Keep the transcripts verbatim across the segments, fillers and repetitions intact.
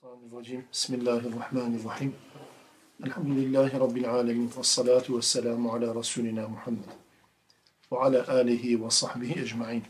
Mineşşeytanirracim. Bismillahirrahmanirrahim. Elhamdülillahi Rabbil alemin. Vessalatu vesselamu ala Resulina Muhammed. Ve ala alihi ve sahbihi ecma'in.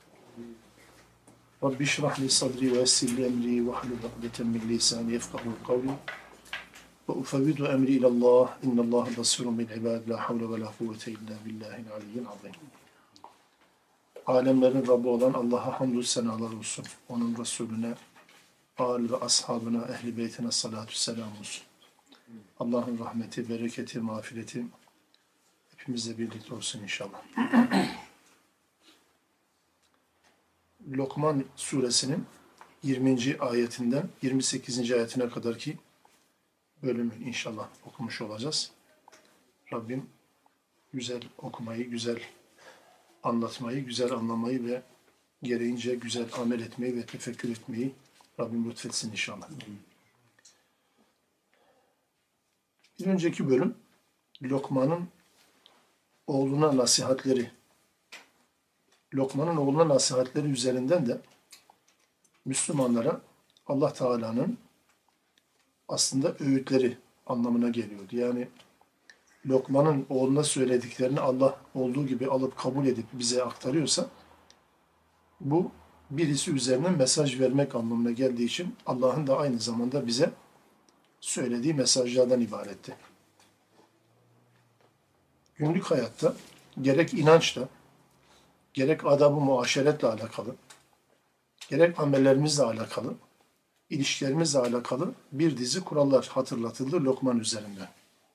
Rabbi şrah li sadri ve yessir li emri ve hlul ukdeten min lisani yefkahu kavli. Ve ufevvidu emri ilallah. İnnallâhe basirun bil ibad. La havle ve la kuvvete illa billahil aliyyil azim. Alemlerin Rabbi olan Allah'a hamdü senalar olsun. Onun Resulüne, âl ve ashabına, ehl-i beytine salatu selam olsun. Allah'ın rahmeti, bereketi, mağfireti hepimizle birlikte olsun inşallah. Lokman suresinin yirminci ayetinden yirmi sekizinci ayetine kadar ki bölümü inşallah okumuş olacağız. Rabbim güzel okumayı, güzel anlatmayı, güzel anlamayı ve gereğince güzel amel etmeyi ve tefekkür etmeyi Rabbim lütfetsin inşallah. Bir önceki bölüm Lokman'ın oğluna nasihatleri, Lokman'ın oğluna nasihatleri üzerinden de Müslümanlara Allah Teala'nın aslında öğütleri anlamına geliyordu. Yani Lokman'ın oğluna söylediklerini Allah olduğu gibi alıp kabul edip bize aktarıyorsa bu birisi üzerine mesaj vermek anlamına geldiği için Allah'ın da aynı zamanda bize söylediği mesajlardan ibaretti. Günlük hayatta gerek inançla, gerek adab-ı muaşeretle alakalı, gerek amellerimizle alakalı, ilişkilerimizle alakalı bir dizi kurallar hatırlatıldı Lokman üzerinden.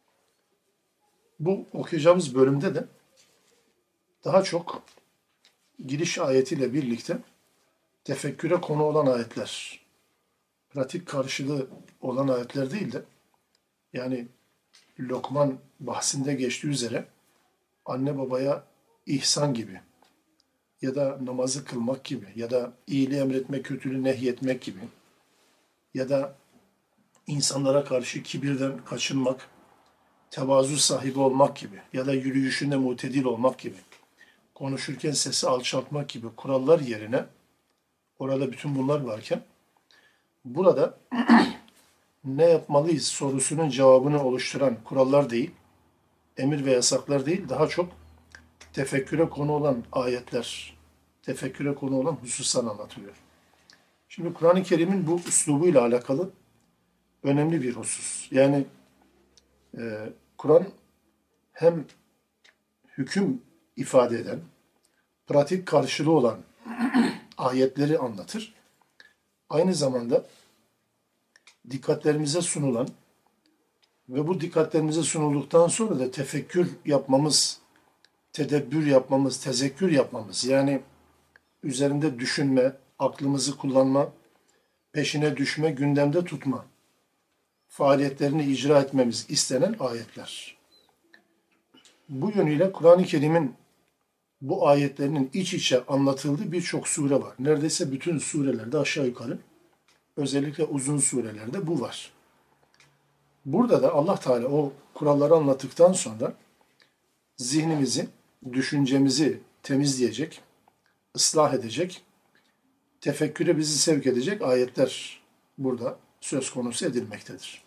Bu okuyacağımız bölümde de daha çok giriş ayetiyle birlikte tefekküre konu olan ayetler, pratik karşılığı olan ayetler değil de, yani Lokman bahsinde geçtiği üzere anne babaya ihsan gibi ya da namazı kılmak gibi ya da iyiliği emretmek, kötülüğü nehyetmek gibi ya da insanlara karşı kibirden kaçınmak, tevazu sahibi olmak gibi ya da yürüyüşünde mutedil olmak gibi, konuşurken sesi alçaltmak gibi kurallar yerine orada bütün bunlar varken burada ne yapmalıyız sorusunun cevabını oluşturan kurallar değil, emir ve yasaklar değil, daha çok tefekküre konu olan ayetler, tefekküre konu olan hususlar anlatılıyor. Şimdi Kur'an-ı Kerim'in bu üslubuyla alakalı önemli bir husus. Yani e, Kur'an hem hüküm ifade eden, pratik karşılığı olan ayetleri anlatır. Aynı zamanda dikkatlerimize sunulan ve bu dikkatlerimize sunulduktan sonra da tefekkür yapmamız, tedebbür yapmamız, tezekkür yapmamız, yani üzerinde düşünme, aklımızı kullanma, peşine düşme, gündemde tutma faaliyetlerini icra etmemiz istenen ayetler. Bu yönüyle Kur'an-ı Kerim'in bu ayetlerinin iç içe anlatıldığı birçok sure var. Neredeyse bütün surelerde aşağı yukarı, özellikle uzun surelerde bu var. Burada da Allah Teala o kuralları anlattıktan sonra zihnimizi, düşüncemizi temizleyecek, ıslah edecek, tefekküre bizi sevk edecek ayetler burada söz konusu edilmektedir.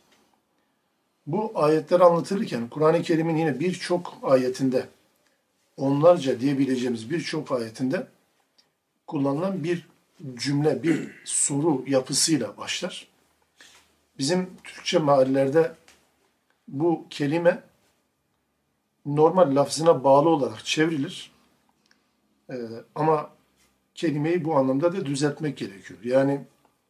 Bu ayetler anlatılırken Kur'an-ı Kerim'in yine birçok ayetinde, onlarca diyebileceğimiz birçok ayetinde kullanılan bir cümle, bir soru yapısıyla başlar. Bizim Türkçe meallerde bu kelime normal lafzına bağlı olarak çevrilir. Ee, ama kelimeyi bu anlamda da düzeltmek gerekiyor. Yani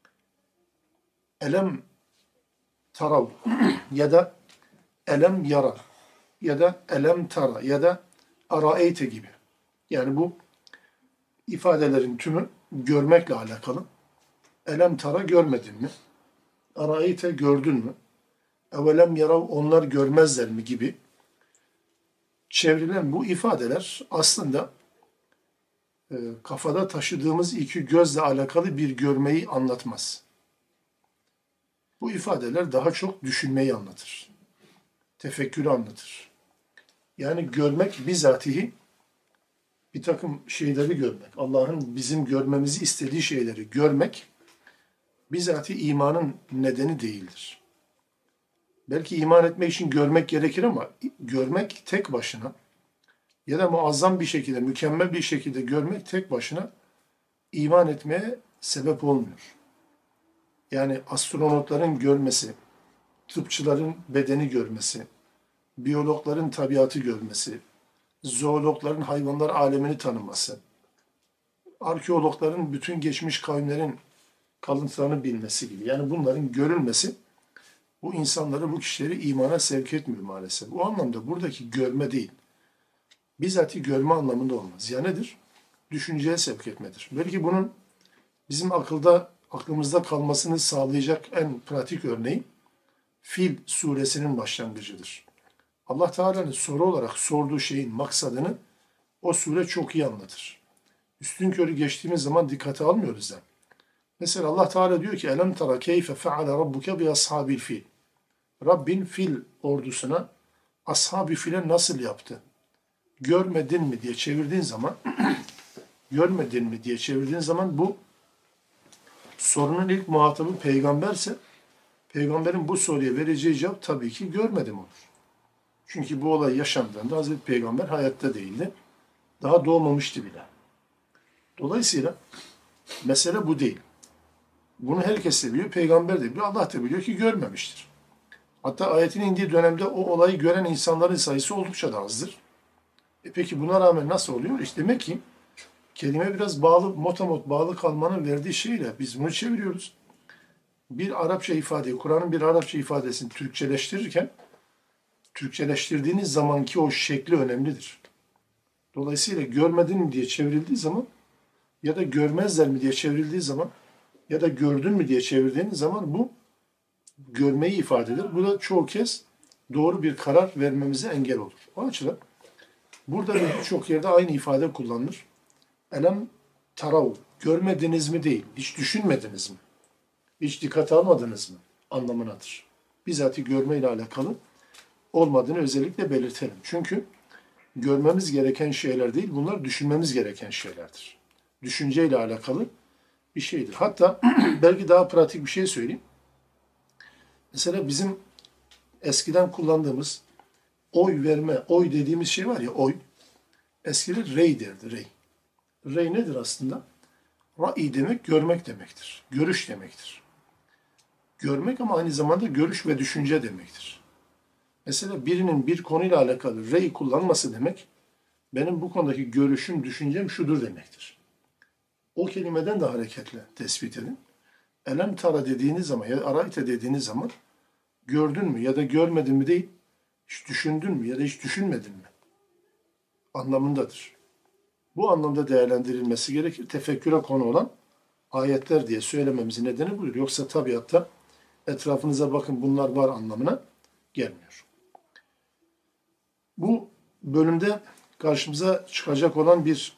elem tarav ya da elem yara ya da elem tara ya da araeyte gibi. Yani bu ifadelerin tümü görmekle alakalı. Elem tara görmedin mi? Araeyte gördün mü? Evelem yarav onlar görmezler mi gibi çevrilen bu ifadeler aslında e, kafada taşıdığımız iki gözle alakalı bir görmeyi anlatmaz. Bu ifadeler daha çok düşünmeyi anlatır. Tefekkürü anlatır. Yani görmek bizatihi bir takım şeyleri görmek, Allah'ın bizim görmemizi istediği şeyleri görmek bizatihi imanın nedeni değildir. Belki iman etmek için görmek gerekir ama görmek tek başına ya da muazzam bir şekilde, mükemmel bir şekilde görmek tek başına iman etmeye sebep olmuyor. Yani astronotların görmesi, tıpçıların bedeni görmesi, biyologların tabiatı görmesi, zoologların hayvanlar alemini tanıması, arkeologların bütün geçmiş kavimlerin kalıntılarını bilmesi gibi. Yani bunların görülmesi bu insanları, bu kişileri imana sevk etmiyor maalesef. Bu anlamda buradaki görme değil, bizzati görme anlamında olmaz. Ya nedir? Düşünceye sevk etmedir. Belki bunun bizim akılda, aklımızda kalmasını sağlayacak en pratik örneği Fil suresinin başlangıcıdır. Allah Teala'nın soru olarak sorduğu şeyin maksadını o sure çok iyi anlatır. Üstünkörü geçtiğimiz zaman dikkate almıyoruz da. Mesela Allah Teala diyor ki elem tara keyfe feale rabbuke bi ashabil fil. Rabbin fil ordusuna ashab-ı file nasıl yaptı? Görmedin mi diye çevirdiğin zaman görmedin mi diye çevirdiğin zaman bu sorunun ilk muhatabı peygamberse peygamberin bu soruya vereceği cevap tabii ki görmedim olur. Çünkü bu olay yaşandığında Hazreti Peygamber hayatta değildi. Daha doğmamıştı bile. Dolayısıyla mesele bu değil. Bunu herkes de biliyor, peygamber de biliyor, Allah da biliyor ki görmemiştir. Hatta ayetin indiği dönemde o olayı gören insanların sayısı oldukça da azdır. E peki buna rağmen nasıl oluyor? İşte demek ki kelime biraz bağlı, motamot bağlı kalmanın verdiği şeyle biz bunu çeviriyoruz. Bir Arapça ifadeyi, Kur'an'ın bir Arapça ifadesini Türkçeleştirirken Türkçeleştirdiğiniz zamanki o şekli önemlidir. Dolayısıyla görmedin mi diye çevrildiği zaman ya da görmezler mi diye çevrildiği zaman ya da gördün mü diye çevirdiğiniz zaman bu görmeyi ifade eder. Bu da çoğu kez doğru bir karar vermemize engel olur. O açıdan burada birçok yerde aynı ifade kullanılır. Elem tarav, görmediniz mi değil, hiç düşünmediniz mi? Hiç dikkat almadınız mı? Anlamınadır. Bizzati görmeyle alakalı olmadığını özellikle belirtelim. Çünkü görmemiz gereken şeyler değil, bunlar düşünmemiz gereken şeylerdir. Düşünceyle alakalı bir şeydir. Hatta belki daha pratik bir şey söyleyeyim. Mesela bizim eskiden kullandığımız oy verme, oy dediğimiz şey var ya, oy. Eskiden rey derdi, rey. Rey nedir aslında? Ra'i demek görmek demektir. Görüş demektir. Görmek ama aynı zamanda görüş ve düşünce demektir. Mesela birinin bir konuyla alakalı rey kullanması demek, benim bu konudaki görüşüm, düşüncem şudur demektir. O kelimeden de hareketle tespit edin. Elem tara dediğiniz zaman ya da arayte dediğiniz zaman gördün mü ya da görmedin mi değil, hiç düşündün mü ya da hiç düşünmedin mi anlamındadır. Bu anlamda değerlendirilmesi gerekir. Tefekküre konu olan ayetler diye söylememizin nedeni budur. Yoksa tabiatta etrafınıza bakın bunlar var anlamına gelmiyor. Bu bölümde karşımıza çıkacak olan bir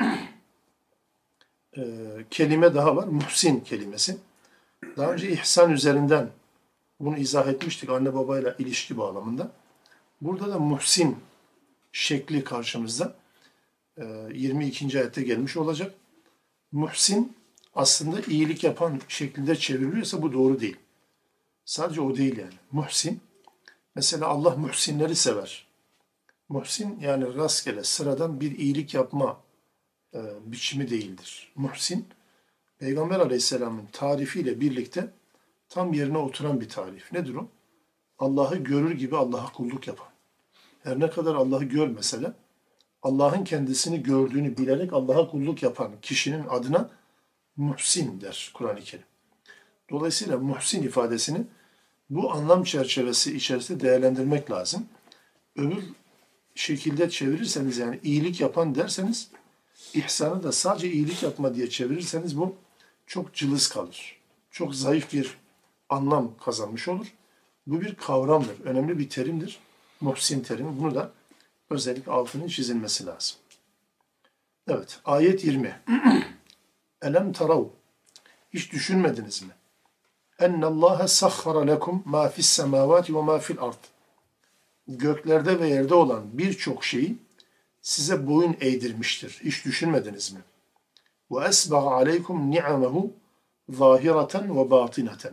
e, kelime daha var. Muhsin kelimesi. Daha önce ihsan üzerinden bunu izah etmiştik anne babayla ilişki bağlamında. Burada da muhsin şekli karşımızda e, yirmi ikinci ayette gelmiş olacak. Muhsin aslında iyilik yapan şeklinde çevriliyorsa bu doğru değil. Sadece o değil yani. Muhsin, mesela Allah muhsinleri sever. Muhsin yani rastgele sıradan bir iyilik yapma e, biçimi değildir. Muhsin, Peygamber Aleyhisselam'ın tarifiyle birlikte tam yerine oturan bir tarif. Nedir o? Allah'ı görür gibi Allah'a kulluk yapan. Her ne kadar Allah'ı görmese de Allah'ın kendisini gördüğünü bilerek Allah'a kulluk yapan kişinin adına muhsin der Kur'an-ı Kerim. Dolayısıyla muhsin ifadesini bu anlam çerçevesi içerisinde değerlendirmek lazım. Öbür şekilde çevirirseniz yani iyilik yapan derseniz ihsanı da sadece iyilik yapma diye çevirirseniz bu çok cılız kalır. Çok zayıf bir anlam kazanmış olur. Bu bir kavramdır. Önemli bir terimdir. Muhsin terimi. Bunu da özellikle altının çizilmesi lazım. Evet. Ayet yirmi. Elem tarav. Hiç düşünmediniz mi? Ennallâhe sahhara lekum mâ fis semâvâti ve mâ fil ard. Göklerde ve yerde olan birçok şeyi size boyun eğdirmiştir. Hiç düşünmediniz mi? Ve esbagha aleykum ni'amehu zahiraten ve batinaten.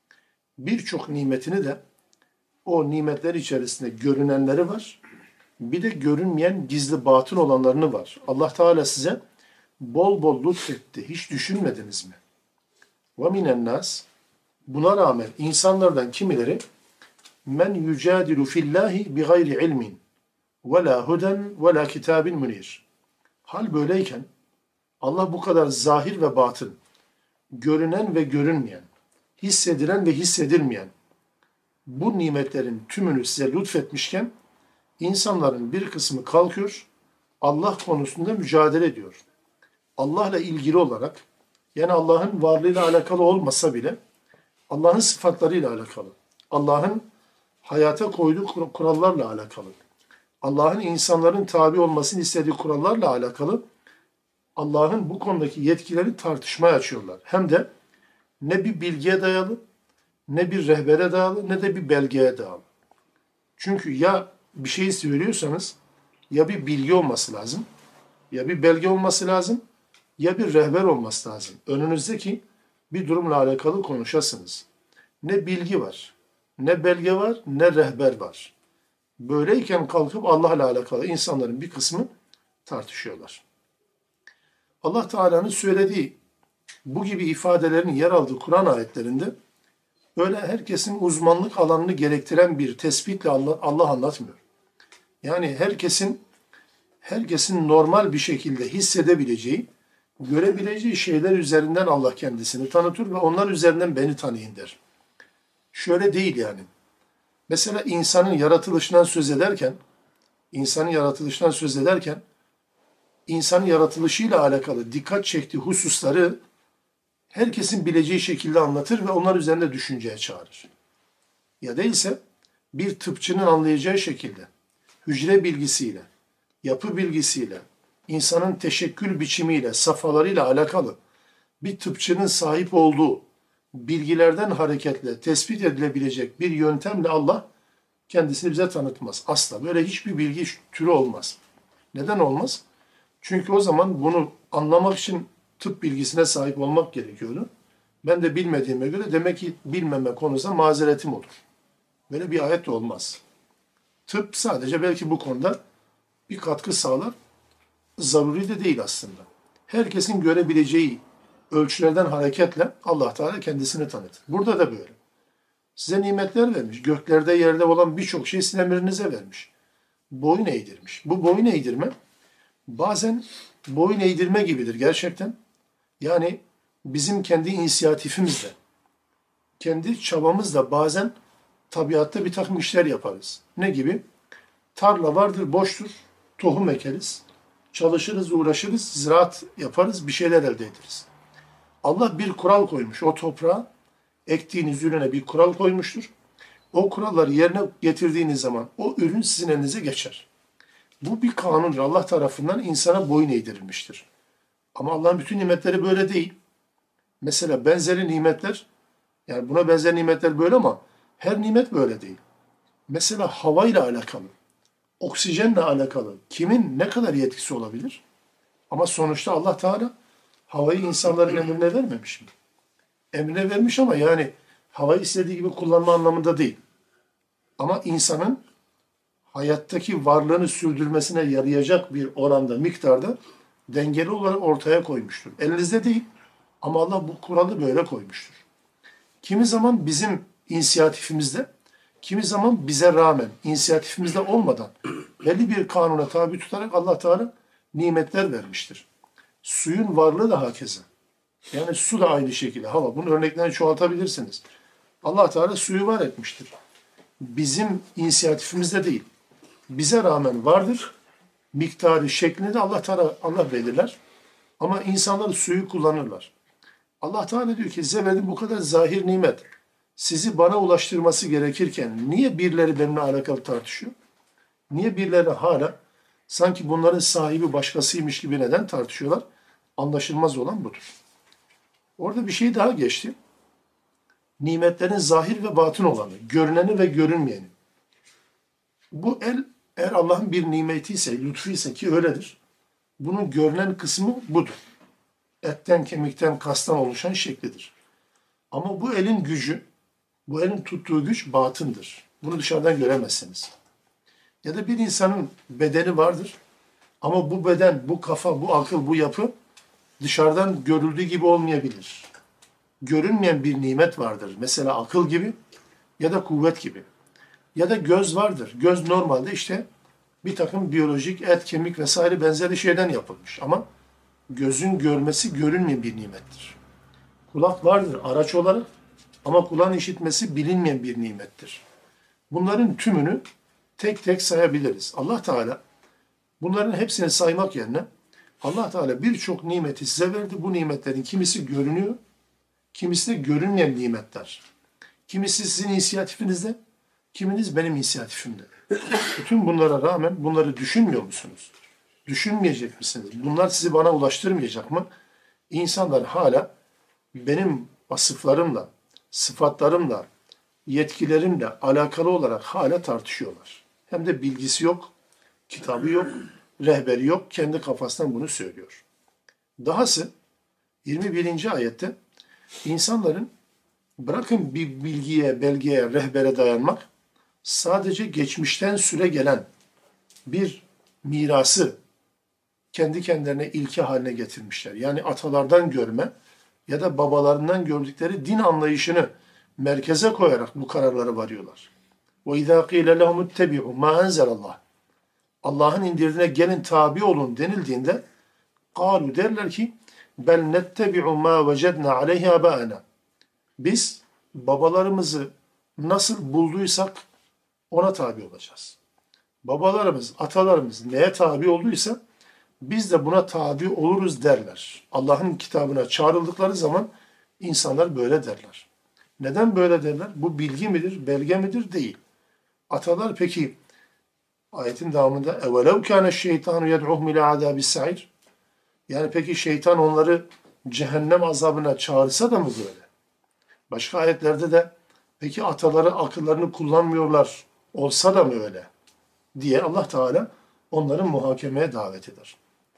Birçok nimetini de o nimetler içerisinde görünenleri var. Bir de görünmeyen gizli batın olanlarını var. Allah Teala size bol bol lütfetti. Hiç düşünmediniz mi? Ve minen nas. Buna rağmen insanlardan kimileri men yücadilu fillahi bi gayri ilmin ve la huden ve la kitabin münir. Hal böyleyken Allah bu kadar zahir ve batın, görünen ve görünmeyen, hissedilen ve hissedilmeyen bu nimetlerin tümünü size lütfetmişken insanların bir kısmı kalkıyor, Allah konusunda mücadele ediyor. Allah'la ilgili olarak, yani Allah'ın varlığıyla alakalı olmasa bile Allah'ın sıfatlarıyla alakalı, Allah'ın hayata koyduğu kurallarla alakalı, Allah'ın insanların tabi olmasını istediği kurallarla alakalı Allah'ın bu konudaki yetkileri tartışmaya açıyorlar. Hem de ne bir bilgiye dayalı, ne bir rehbere dayalı, ne de bir belgeye dayalı. Çünkü ya bir şeyi söylüyorsanız ya bir bilgi olması lazım, ya bir belge olması lazım, ya bir rehber olması lazım. Önünüzdeki bir durumla alakalı konuşasınız. Ne bilgi var, ne belge var, ne rehber var. Böyleyken kalkıp Allah'la alakalı insanların bir kısmı tartışıyorlar. Allah Teala'nın söylediği bu gibi ifadelerin yer aldığı Kur'an ayetlerinde böyle herkesin uzmanlık alanını gerektiren bir tespitle Allah, Allah anlatmıyor. Yani herkesin herkesin normal bir şekilde hissedebileceği, görebileceği şeyler üzerinden Allah kendisini tanıtır ve onlar üzerinden beni tanıyın der. Şöyle değil yani. Mesela insanın yaratılışından söz ederken, insanın yaratılışından söz ederken, insanın yaratılışıyla alakalı dikkat çektiği hususları herkesin bileceği şekilde anlatır ve onlar üzerinde düşünceye çağırır. Ya değilse bir tıpçının anlayacağı şekilde, hücre bilgisiyle, yapı bilgisiyle, insanın teşekkül biçimiyle, safhalarıyla alakalı bir tıpçının sahip olduğu bilgilerden hareketle tespit edilebilecek bir yöntemle Allah kendisini bize tanıtmaz. Asla böyle hiçbir bilgi türü olmaz. Neden olmaz? Çünkü o zaman bunu anlamak için tıp bilgisine sahip olmak gerekiyordu. Ben de bilmediğime göre demek ki bilmeme konusunda mazeretim olur. Böyle bir ayet de olmaz. Tıp sadece belki bu konuda bir katkı sağlar. Zaruri de değil aslında. Herkesin görebileceği ölçülerden hareketle Allah Teala kendisini tanıtır. Burada da böyle. Size nimetler vermiş. Göklerde yerde olan birçok şey sizin emrinize vermiş. Boyun eğdirmiş. Bu boyun eğdirme bazen boyun eğdirme gibidir gerçekten. Yani bizim kendi inisiyatifimizle, kendi çabamızla bazen tabiatta bir takım işler yaparız. Ne gibi? Tarla vardır, boştur, tohum ekeriz, çalışırız, uğraşırız, ziraat yaparız, bir şeyler elde ederiz. Allah bir kural koymuş. O toprağa ektiğiniz ürüne bir kural koymuştur. O kuralları yerine getirdiğiniz zaman o ürün sizin elinize geçer. Bu bir kanundur. Allah tarafından insana boyun eğdirilmiştir. Ama Allah'ın bütün nimetleri böyle değil. Mesela benzeri nimetler, yani buna benzer nimetler böyle ama her nimet böyle değil. Mesela havayla alakalı, oksijenle alakalı kimin ne kadar yetkisi olabilir? Ama sonuçta Allah Teala havayı insanların emrine vermemiş mi? Emrine vermiş ama yani havayı istediği gibi kullanma anlamında değil. Ama insanın hayattaki varlığını sürdürmesine yarayacak bir oranda, miktarda dengeli olarak ortaya koymuştur. Elinizde değil ama Allah bu kuralı böyle koymuştur. Kimi zaman bizim inisiyatifimizde, kimi zaman bize rağmen inisiyatifimizde olmadan belli bir kanuna tabi tutarak Allah Teala nimetler vermiştir. Suyun varlığı da hakeza. Yani su da aynı şekilde, hava. Bunun örneklerini çoğaltabilirsiniz. Allah Teala suyu var etmiştir. Bizim inisiyatifimizde değil. Bize rağmen vardır. Miktarı, şeklini de Allah Teala Allah belirler. Ama insanlar suyu kullanırlar. Allah Teala diyor ki size verdiğim bu kadar zahir nimet sizi bana ulaştırması gerekirken niye birileri benimle alakalı tartışıyor? Niye birileri hala sanki bunların sahibi başkasıymış gibi neden tartışıyorlar? Anlaşılmaz olan budur. Orada bir şey daha geçti. Nimetlerin zahir ve batın olanı, görüneni ve görünmeyeni. Bu el eğer Allah'ın bir nimeti ise, lütfu ise ki öyledir. Bunun görünen kısmı budur. Etten, kemikten, kastan oluşan şeklidir. Ama bu elin gücü, bu elin tuttuğu güç batındır. Bunu dışarıdan göremezsiniz. Ya da bir insanın bedeni vardır ama bu beden, bu kafa, bu akıl, bu yapı dışarıdan görüldüğü gibi olmayabilir. Görünmeyen bir nimet vardır. Mesela akıl gibi ya da kuvvet gibi. Ya da göz vardır. Göz normalde işte bir takım biyolojik et, kemik vesaire benzeri şeyden yapılmış. Ama gözün görmesi görünmeyen bir nimettir. Kulak vardır araç olarak ama kulağın işitmesi bilinmeyen bir nimettir. Bunların tümünü tek tek sayabiliriz. Allah Teala bunların hepsini saymak yerine Allah Teala birçok nimeti size verdi. Bu nimetlerin kimisi görünüyor, kimisi de görünmeyen nimetler. Kimisi sizin inisiyatifinizde, kiminiz benim inisiyatifimde. Bütün bunlara rağmen bunları düşünmüyor musunuz? Düşünmeyecek misiniz? Bunlar sizi bana ulaştırmayacak mı? İnsanlar hala benim vasıflarımla, sıfatlarımla, yetkilerimle alakalı olarak hala tartışıyorlar. Hem de bilgisi yok, kitabı yok, rehberi yok. Kendi kafasından bunu söylüyor. Dahası yirmi birinci ayette insanların bırakın bir bilgiye, belgeye, rehbere dayanmak, sadece geçmişten süre gelen bir mirası kendi kendilerine ilke haline getirmişler. Yani atalardan görme ya da babalarından gördükleri din anlayışını merkeze koyarak bu kararlara varıyorlar. وَاِذَا قِيلَ لَهُمُ اتَّبِعُوا مَا أَنْزَلَ اللّٰهِ Allah'ın indirdiğine gelin tabi olun denildiğinde قَالُوا derler ki بَلْ نَتَّبِعُ مَا وَجَدْنَا عَلَيْهِ آبَاءَنَا Biz babalarımızı nasıl bulduysak ona tabi olacağız. Babalarımız, atalarımız neye tabi olduysa biz de buna tabi oluruz derler. Allah'ın kitabına çağrıldıkları zaman insanlar böyle derler. Neden böyle derler? Bu bilgi midir, belge midir? Değil. Atalar peki ayetin devamında اَوَلَوْ كَانَ الشَّيْطَانُ يَدْعُهُمْ اِلَى عَذَابِ السَّعِيرِ Yani peki şeytan onları cehennem azabına çağırsa da mı böyle? Başka ayetlerde de peki ataları akıllarını kullanmıyorlar olsa da mı öyle? Diye Allah Teala onları muhakemeye davet eder.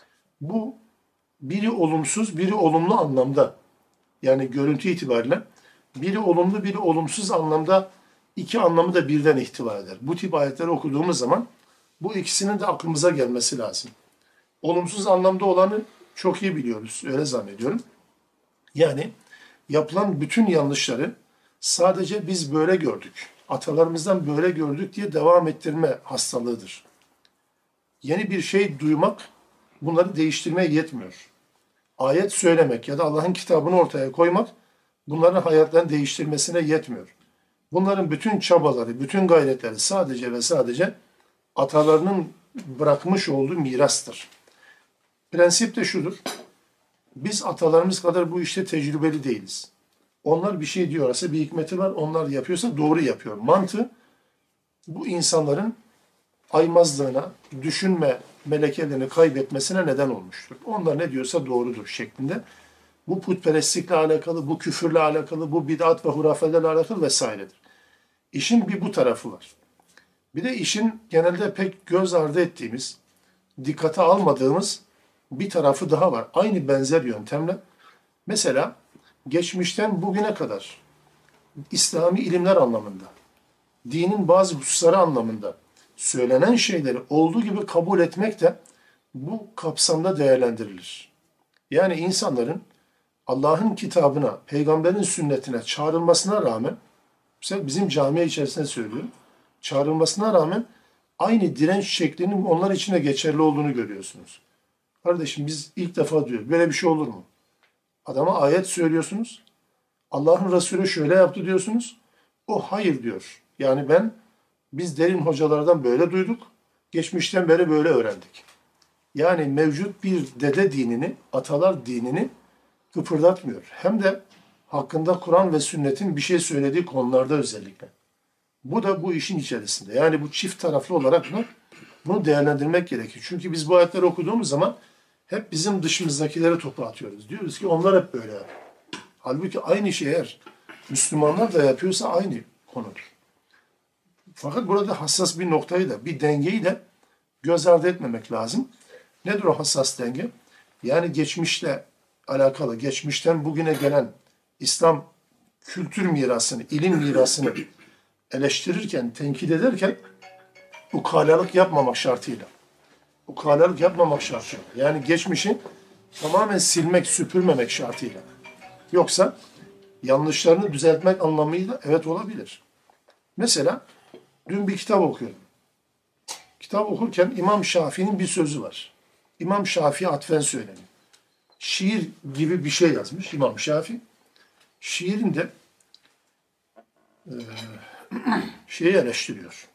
Bu biri olumsuz, biri olumlu anlamda yani görüntü itibariyle biri olumlu, biri olumsuz anlamda iki anlamı da birden ihtiva eder. Bu tip ayetleri okuduğumuz zaman bu ikisinin de aklımıza gelmesi lazım. Olumsuz anlamda olanı çok iyi biliyoruz, öyle zannediyorum. Yani yapılan bütün yanlışları sadece biz böyle gördük, atalarımızdan böyle gördük diye devam ettirme hastalığıdır. Yeni bir şey duymak bunları değiştirmeye yetmiyor. Ayet söylemek ya da Allah'ın kitabını ortaya koymak bunların hayatlarını değiştirmesine yetmiyor. Bunların bütün çabaları, bütün gayretleri sadece ve sadece atalarının bırakmış olduğu mirastır. Prensip de şudur. Biz atalarımız kadar bu işte tecrübeli değiliz. Onlar bir şey diyorsa bir hikmeti var, onlar yapıyorsa doğru yapıyor. Mantığı bu insanların aymazlığına, düşünme melekelerini kaybetmesine neden olmuştur. Onlar ne diyorsa doğrudur şeklinde. Bu putperestlikle alakalı, bu küfürle alakalı, bu bid'at ve hurafelerle alakalı vesairedir. İşin bir bu tarafı var. Bir de işin genelde pek göz ardı ettiğimiz, dikkate almadığımız bir tarafı daha var. Aynı benzer yöntemle. Mesela geçmişten bugüne kadar İslami ilimler anlamında, dinin bazı hususları anlamında söylenen şeyleri olduğu gibi kabul etmek de bu kapsamda değerlendirilir. Yani insanların Allah'ın kitabına, peygamberin sünnetine çağrılmasına rağmen, mesela bizim camiye içerisinde söylüyorum, çağrılmasına rağmen aynı direnç şeklinin onlar için de geçerli olduğunu görüyorsunuz. Kardeşim biz ilk defa diyoruz, böyle bir şey olur mu? Adama ayet söylüyorsunuz, Allah'ın Resulü şöyle yaptı diyorsunuz, o hayır diyor. Yani ben, biz derin hocalardan böyle duyduk, geçmişten beri böyle öğrendik. Yani mevcut bir dede dinini, atalar dinini kıpırdatmıyor. Hem de hakkında Kur'an ve sünnetin bir şey söylediği konularda özellikle. Bu da bu işin içerisinde. Yani bu çift taraflı olarak da bunu değerlendirmek gerekir. Çünkü biz bu ayetleri okuduğumuz zaman hep bizim dışımızdakileri topa atıyoruz. Diyoruz ki onlar hep böyle. Halbuki aynı şey eğer Müslümanlar da yapıyorsa aynı konudur. Fakat burada hassas bir noktayı da, bir dengeyi de göz ardı etmemek lazım. Nedir o hassas denge? Yani geçmişle alakalı, geçmişten bugüne gelen İslam kültür mirasını, ilim mirasını eleştirirken, tenkit ederken ukalalık yapmamak şartıyla. Ukalalık yapmamak şartıyla. Yani geçmişi tamamen silmek, süpürmemek şartıyla. Yoksa yanlışlarını düzeltmek anlamıyla evet olabilir. Mesela dün bir kitap okuyorum. Kitap okurken İmam Şafii'nin bir sözü var. İmam Şafii atfen söyleniyor. Şiir gibi bir şey yazmış İmam Şafii. Şiirinde e, şeyi eleştiriyor.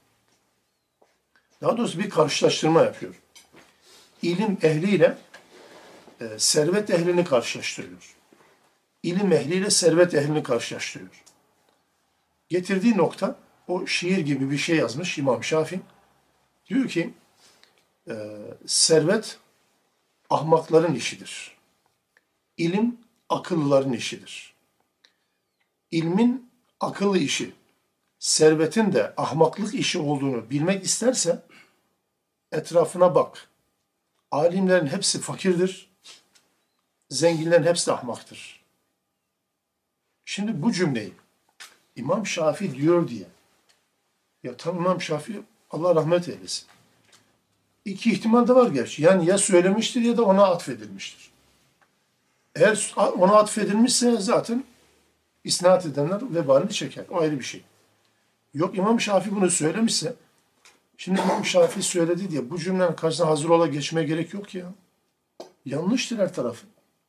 Daha doğrusu bir karşılaştırma yapıyor. İlim ehliyle e, servet ehlini karşılaştırıyor. İlim ehliyle servet ehlini karşılaştırıyor. Getirdiği nokta o şiir gibi bir şey yazmış İmam Şafii. Diyor ki e, servet ahmakların işidir. İlim akıllıların işidir. İlmin akıllı işi, servetin de ahmaklık işi olduğunu bilmek isterse etrafına bak. Alimlerin hepsi fakirdir, zenginlerin hepsi de ahmaktır. Şimdi bu cümleyi İmam Şafii diyor diye, ya tam İmam Şafii Allah rahmet eylesin. İki ihtimal de var gerçi. Yani ya söylemiştir ya da ona atfedilmiştir. Eğer ona atfedilmişse zaten isnat edenler vebalini çeker. O ayrı bir şey. Yok İmam Şafii bunu söylemişse, şimdi İmam Şafii söyledi diye bu cümlenin karşısına hazır ola geçmeye gerek yok ya. Yanlıştır her tarafı.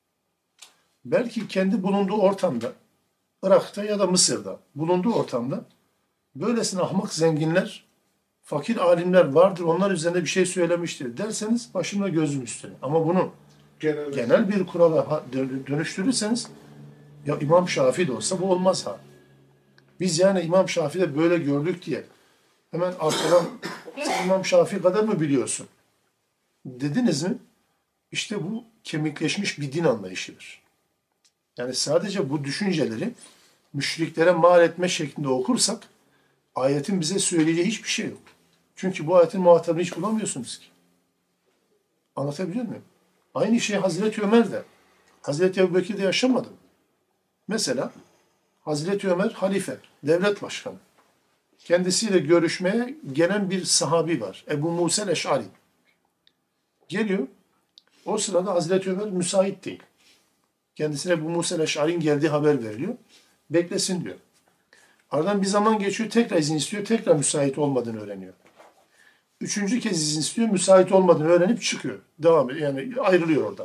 Belki kendi bulunduğu ortamda, Irak'ta ya da Mısır'da bulunduğu ortamda böylesine ahmak zenginler, fakir alimler vardır, onlar üzerinde bir şey söylemiştir derseniz başımla gözüm üstüne. Ama bunu genel, genel bir kurala dönüştürürseniz ya İmam Şafii de olsa bu olmaz ha. Biz yani İmam Şafii'de böyle gördük diye hemen arkadan sen İmam Şafii kadar mı biliyorsun dediniz mi? İşte bu kemikleşmiş bir din anlayışıdır. Yani sadece bu düşünceleri müşriklere mal etme şeklinde okursak ayetin bize söyleyeceği hiçbir şey yok. Çünkü bu ayetin muhatabını hiç bulamıyorsunuz ki. Anlatabiliyor muyum? Aynı şey Hazreti Ömer de. Hazreti Ebubekir de yaşamadı. Mesela Hazreti Ömer halife, devlet başkanı. Kendisiyle görüşmeye gelen bir sahabi var. Ebu Musa el-Eş'ari. Geliyor. O sırada Hazreti Ömer müsait değil. Kendisine Ebu Musa el-Eş'ari'nin geldiği haber veriliyor. Beklesin diyor. Aradan bir zaman geçiyor. Tekrar izin istiyor. Tekrar müsait olmadığını öğreniyor. Üçüncü kez izin istiyor. Müsait olmadığını öğrenip çıkıyor. Devam ediyor. Yani ayrılıyor oradan.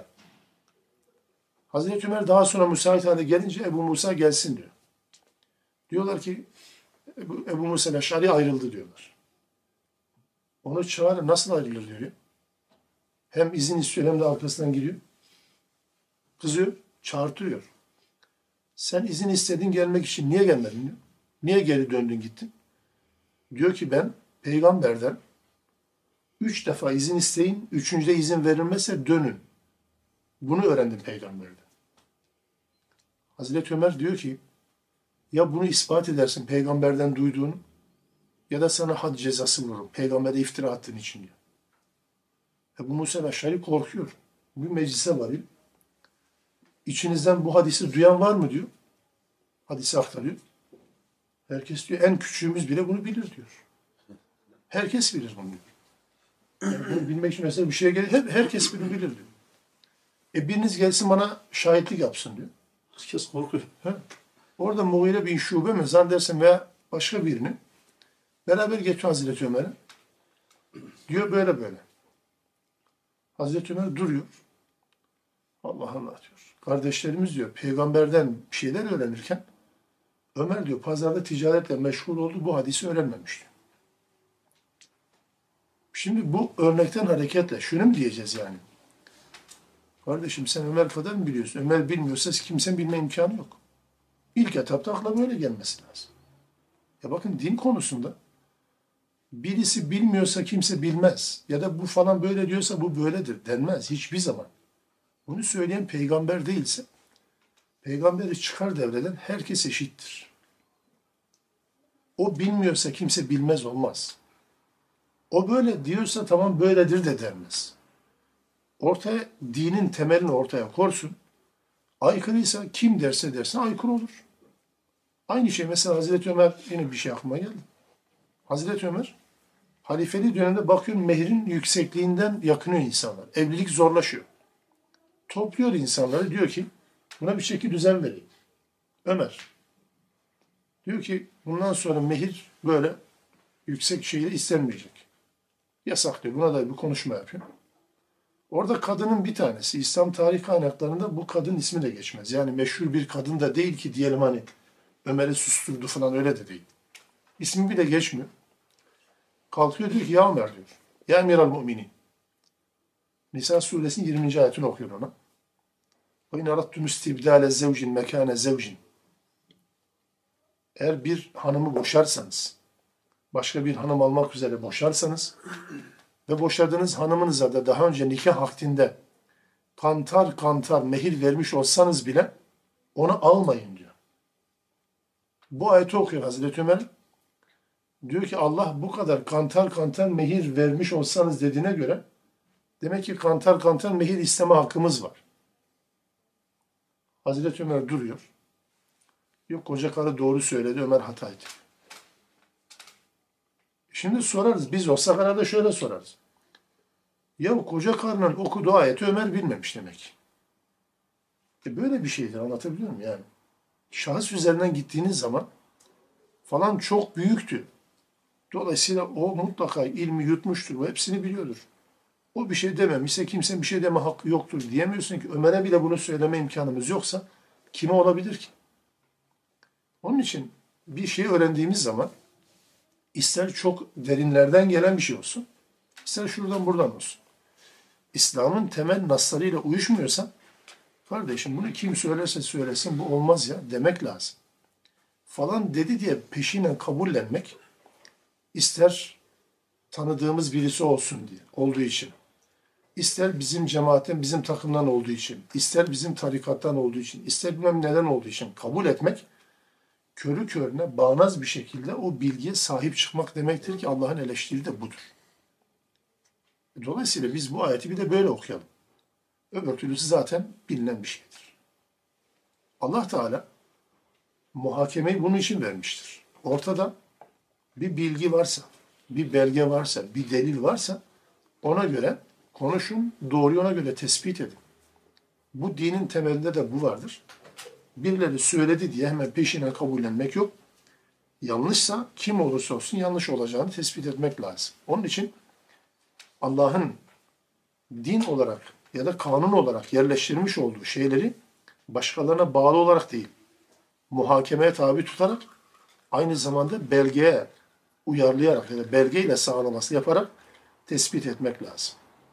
Hazreti Ömer daha sonra müsait hale gelince Ebu Musa gelsin diyor. Diyorlar ki Ebu, Ebu Musa el-Eş'ari ayrıldı diyorlar. Onu çağırın nasıl ayrılır diyor. Hem izin istiyor hem de arkasından giriyor. Kızıyor, çağırtıyor. Sen izin istedin gelmek için niye gelmedin diyor. Niye geri döndün gittin? Diyor ki ben peygamberden üç defa izin isteyin, üçüncüde izin verilmezse dönün. Bunu öğrendim peygamberden. Hazreti Ömer diyor ki ya bunu ispat edersin peygamberden duyduğunu ya da sana had cezası vururum. Peygambere iftira attığın için diyor. Ebu Musa el-Eş'ari korkuyor. Bir meclise varıyor. İçinizden bu hadisi duyan var mı diyor. Hadisi aktarıyor. Herkes diyor en küçüğümüz bile bunu bilir diyor. Herkes bilir bunu diyor. Yani bunu bilmek için mesela bir şeye gelir. Herkes bunu bilir diyor. E biriniz gelsin bana şahitlik yapsın diyor. Herkes korkuyor. He? Orada Mughire bin Şube mi zannedersin veya başka birini beraber getiriyor Hazreti Ömer'e. Diyor böyle böyle. Hazreti Ömer duruyor. Allah Allah diyor. Kardeşlerimiz diyor peygamberden bir şeyler öğrenirken Ömer diyor pazarda ticaretle meşgul oldu bu hadisi öğrenmemiş diyor. Şimdi bu örnekten hareketle şunu mu diyeceğiz yani? Kardeşim sen Ömer kadar mı biliyorsun? Ömer bilmiyorsa kimsenin bilme imkanı yok. İlk etapta akla böyle gelmesi lazım. Ya bakın din konusunda birisi bilmiyorsa kimse bilmez. Ya da bu falan böyle diyorsa bu böyledir denmez hiçbir zaman. Bunu söyleyen peygamber değilse peygamberi çıkar devreden herkes eşittir. O bilmiyorsa kimse bilmez olmaz. O böyle diyorsa tamam böyledir de denmez. Ortaya dinin temelini ortaya korsun. Aykırıysa kim derse derse aykırı olur. Aynı şey mesela Hazreti Ömer, yine bir şey aklıma geldi. Hazreti Ömer halifeli dönemde bakıyor mehrin yüksekliğinden yakınıyor insanlar. Evlilik zorlaşıyor. Topluyor insanları, diyor ki buna bir şekil düzen vereyim. Ömer diyor ki bundan sonra mehir böyle yüksek şeyle istenmeyecek. Yasaklıyor. Buna da bir konuşma yapıyor. Orada kadının bir tanesi, İslam tarih kaynaklarında bu kadın ismi de geçmez. Yani meşhur bir kadın da değil ki diyelim hani Ömer'i susturdu falan, öyle de değil. İsmi bile geçmiyor. Kalkıyor diyor ki ya Ömer diyor. Ya Emiral Müminin. Nisa suresinin yirminci ayetini okuyor ona. Ve in arattum istibdale zevcin mekane zevcin. Eğer bir hanımı boşarsanız, başka bir hanım almak üzere boşarsanız ve boşadığınız hanımınıza da daha önce nikah akdinde kantar kantar mehir vermiş olsanız bile onu almayın diyor. Bu ayeti okuyor Hazreti Ömer. Diyor ki Allah bu kadar kantar kantar mehir vermiş olsanız dediğine göre demek ki kantar kantar mehir isteme hakkımız var. Hazreti Ömer duruyor. Yok koca karı doğru söyledi, Ömer hata etti. Şimdi sorarız, biz olsak arada şöyle sorarız. Ya koca karının okuduğu ayeti Ömer bilmemiş demek. E böyle bir şeydir, anlatabiliyor muyum yani? Şahıs üzerinden gittiğiniz zaman falan çok büyüktü. Dolayısıyla o mutlaka ilmi yutmuştur, o hepsini biliyordur. O bir şey dememişse kimsenin bir şey deme hakkı yoktur diyemiyorsun ki. Ömer'e bile bunu söyleme imkanımız yoksa kime olabilir ki? Onun için bir şey öğrendiğimiz zaman ister çok derinlerden gelen bir şey olsun, ister şuradan buradan olsun. İslam'ın temel naslarıyla uyuşmuyorsa, kardeşim bunu kim söylerse söylesin bu olmaz ya demek lazım. Falan dedi diye peşinen kabullenmek, ister tanıdığımız birisi olsun diye, olduğu için, ister bizim cemaatten, bizim takımdan olduğu için, ister bizim tarikattan olduğu için, ister bilmem neden olduğu için kabul etmek, körü körüne bağnaz bir şekilde o bilgiye sahip çıkmak demektir ki Allah'ın eleştiri de budur. Dolayısıyla biz bu ayeti bir de böyle okuyalım. Öbür türlüsü zaten bilinen bir şeydir. Allah Teala muhakemeyi bunun için vermiştir. Ortada bir bilgi varsa, bir belge varsa, bir delil varsa ona göre konuşun, doğruyu ona göre tespit edin. Bu dinin temelinde de bu vardır. Birileri söyledi diye hemen peşine kabullenmek yok. Yanlışsa kim olursa olsun yanlış olacağını tespit etmek lazım. Onun için Allah'ın din olarak ya da kanun olarak yerleştirmiş olduğu şeyleri başkalarına bağlı olarak değil, muhakemeye tabi tutarak, aynı zamanda belgeye uyarlayarak ya da belgeyle sağlaması yaparak tespit etmek lazım.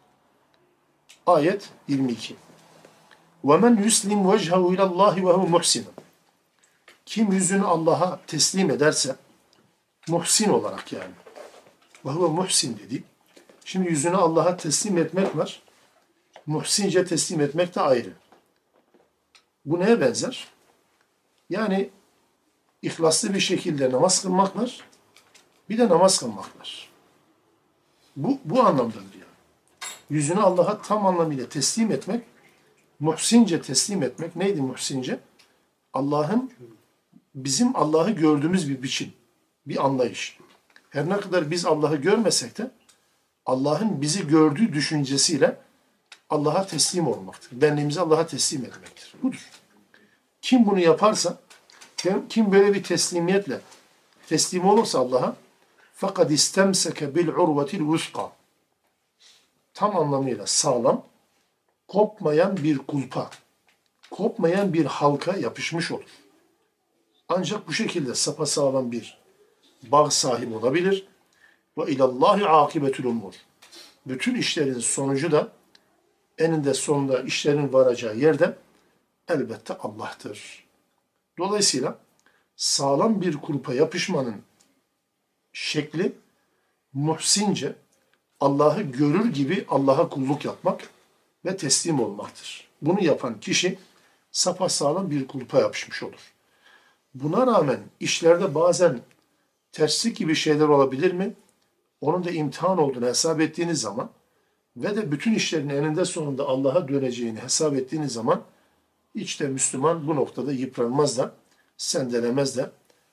Ayet yirmi iki. وَمَنْ يُسْلِمْ وَجْهَهُ اِلَى اللّٰهِ وَهُ مُحْسِنٌ. Kim yüzünü Allah'a teslim ederse, muhsin olarak yani. وَهُوَ muhsin dedi. Şimdi yüzünü Allah'a teslim etmek var. Muhsince teslim etmek de ayrı. Bu neye benzer? Yani ihlaslı bir şekilde namaz kılmak var. Bir de namaz kılmak var. Bu, bu anlamdadır yani. Yüzünü Allah'a tam anlamıyla teslim etmek, muhsince teslim etmek. Neydi muhsince? Allah'ın, bizim Allah'ı gördüğümüz bir biçim, bir anlayış. Her ne kadar biz Allah'ı görmesek de Allah'ın bizi gördüğü düşüncesiyle Allah'a teslim olmaktır. Benliğimizi Allah'a teslim etmektir. Budur. Kim bunu yaparsa, kim böyle bir teslimiyetle teslim olursa Allah'a, fakat istemseke bil urvetil vuska, tam anlamıyla sağlam, kopmayan bir kulpa, kopmayan bir halka yapışmış olur. Ancak bu şekilde sapasağlam bir bağ sahibi olabilir. Ve ilallahi akibetül umur. Bütün işlerin sonucu da eninde sonunda işlerin varacağı yerde elbette Allah'tır. Dolayısıyla sağlam bir kulpa yapışmanın şekli muhsince Allah'ı görür gibi Allah'a kulluk yapmak ve teslim olmaktır. Bunu yapan kişi sapasağlam bir kulpa yapışmış olur. Buna rağmen işlerde bazen terslik gibi şeyler olabilir mi? Onun da imtihan olduğunu hesap ettiğiniz zaman ve de bütün işlerin eninde sonunda Allah'a döneceğini hesap ettiğiniz zaman hiç de Müslüman bu noktada yıpranmaz da, sendelemez de,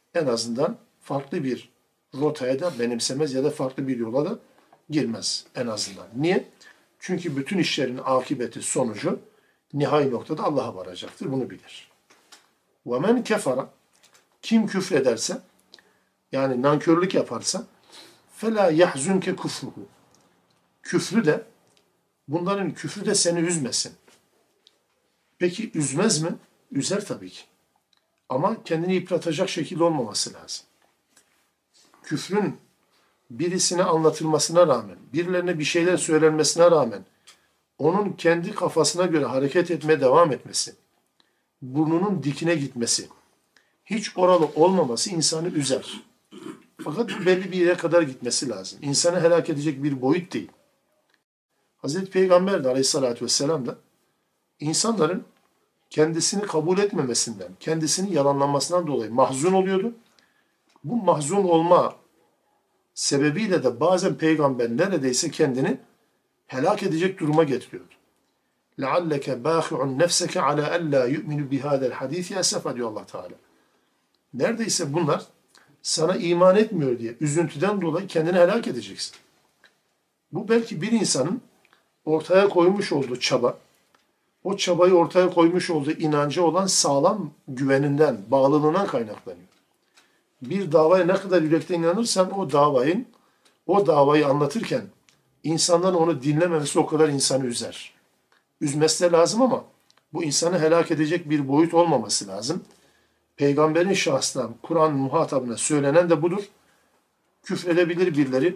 en azından farklı bir rotaya da benimsemez ya da farklı bir yola da girmez en azından. Niye? Çünkü bütün işlerin akıbeti, sonucu nihai noktada Allah'a varacaktır. Bunu bilir. وَمَنْ كَفَرَ Kim küfrederse, yani nankörlük yaparsa فَلَا يَحْزُنْكَ كُفْرُهُ Küfrü de, bunların küfrü de seni üzmesin. Peki üzmez mi? Üzer tabii ki. Ama kendini yıpratacak şekilde olmaması lazım. Küfrün birisine anlatılmasına rağmen, birilerine bir şeyler söylenmesine rağmen, onun kendi kafasına göre hareket etmeye devam etmesi, burnunun dikine gitmesi, hiç oralı olmaması insanı üzer. Fakat bu belli bir yere kadar gitmesi lazım. İnsanı helak edecek bir boyut değil. Hazreti Peygamber de aleyhissalatü vesselam da insanların kendisini kabul etmemesinden, kendisini yalanlamasından dolayı mahzun oluyordu. Bu mahzun olma sebebiyle de bazen peygamber neredeyse kendini helak edecek duruma getiriyordu. لَعَلَّكَ بَاخِعُنْ نَفْسَكَ عَلَى أَلَّا يُؤْمِنُ بِهَذَا الْحَدِيثِ يَسَفَ diyor Allah Teala. Neredeyse bunlar sana iman etmiyor diye üzüntüden dolayı kendini helak edeceksin. Bu belki bir insanın ortaya koymuş olduğu çaba, o çabayı ortaya koymuş olduğu inancı olan sağlam güveninden, bağlılığından kaynaklanıyor. Bir davaya ne kadar yürekten inanırsan o davayın, o davayı anlatırken insanların onu dinlememesi o kadar insanı üzer. Üzmesi de lazım ama bu insanı helak edecek bir boyut olmaması lazım. Peygamberin şahsından, Kur'an muhatabına söylenen de budur. Küfredebilir birileri.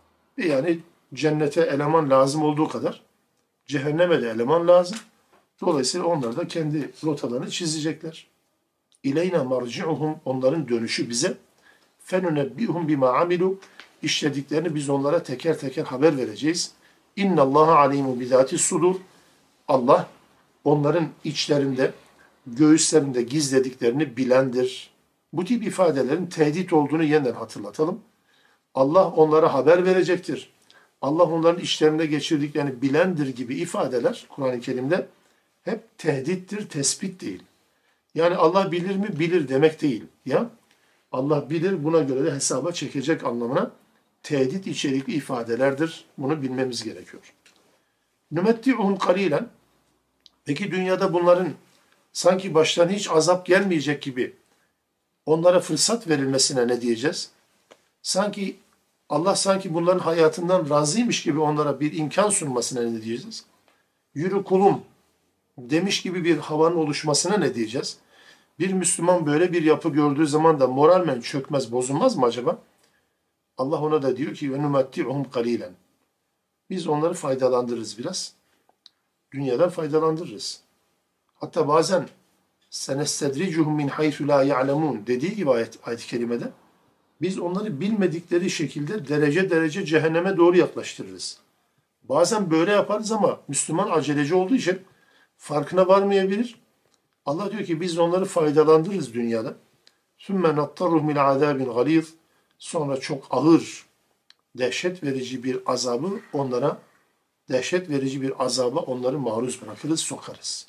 Yani cennete eleman lazım olduğu kadar cehenneme de eleman lazım. Dolayısıyla onlar da kendi rotalarını çizecekler. İleyna marci'uhum onların dönüşü bize. Fenunebbihum bima amilu işlediklerini biz onlara teker teker haber vereceğiz. İnnallaha alimu bizati sudur. Allah onların içlerinde, göğüslerinde gizlediklerini bilendir. Bu tip ifadelerin tehdit olduğunu yeniden hatırlatalım. Allah onlara haber verecektir. Allah onların içlerinde geçirdiklerini bilendir gibi ifadeler Kur'an-ı Kerim'de hep tehdittir, tespit değil. Yani Allah bilir mi? Bilir demek değil. Ya Allah bilir, buna göre de hesaba çekecek anlamına tehdit içerikli ifadelerdir. Bunu bilmemiz gerekiyor. Nümetti'uhum kalilen. Peki dünyada bunların sanki başlarına hiç azap gelmeyecek gibi onlara fırsat verilmesine ne diyeceğiz? Sanki Allah sanki bunların hayatından razıymış gibi onlara bir imkan sunmasına ne diyeceğiz? Yürü kulum demiş gibi bir havanın oluşmasına ne diyeceğiz? Bir Müslüman böyle bir yapı gördüğü zaman da moralmen çökmez, bozulmaz mı acaba? Allah ona da diyor ki وَنُمَتِّعُهُمْ قَلِيلًا Biz onları faydalandırırız biraz. Dünyadan faydalandırırız. Hatta bazen سَنَسْتَدْرِجُهُمْ مِنْ حَيْثُ لَا يَعْلَمُونَ dediği gibi ayet, ayet-i kerimede biz onları bilmedikleri şekilde derece derece cehenneme doğru yaklaştırırız. Bazen böyle yaparız ama Müslüman aceleci olduğu için farkına varmayabilir. Allah diyor ki biz onları faydalandırırız dünyada. ثُمَّ نَطَّرُهُمْ اِلَى عَذَابٍ غَلِيظٍ Sonra çok ağır, dehşet verici bir azabı onlara, dehşet verici bir azaba onları maruz bırakırız, sokarız.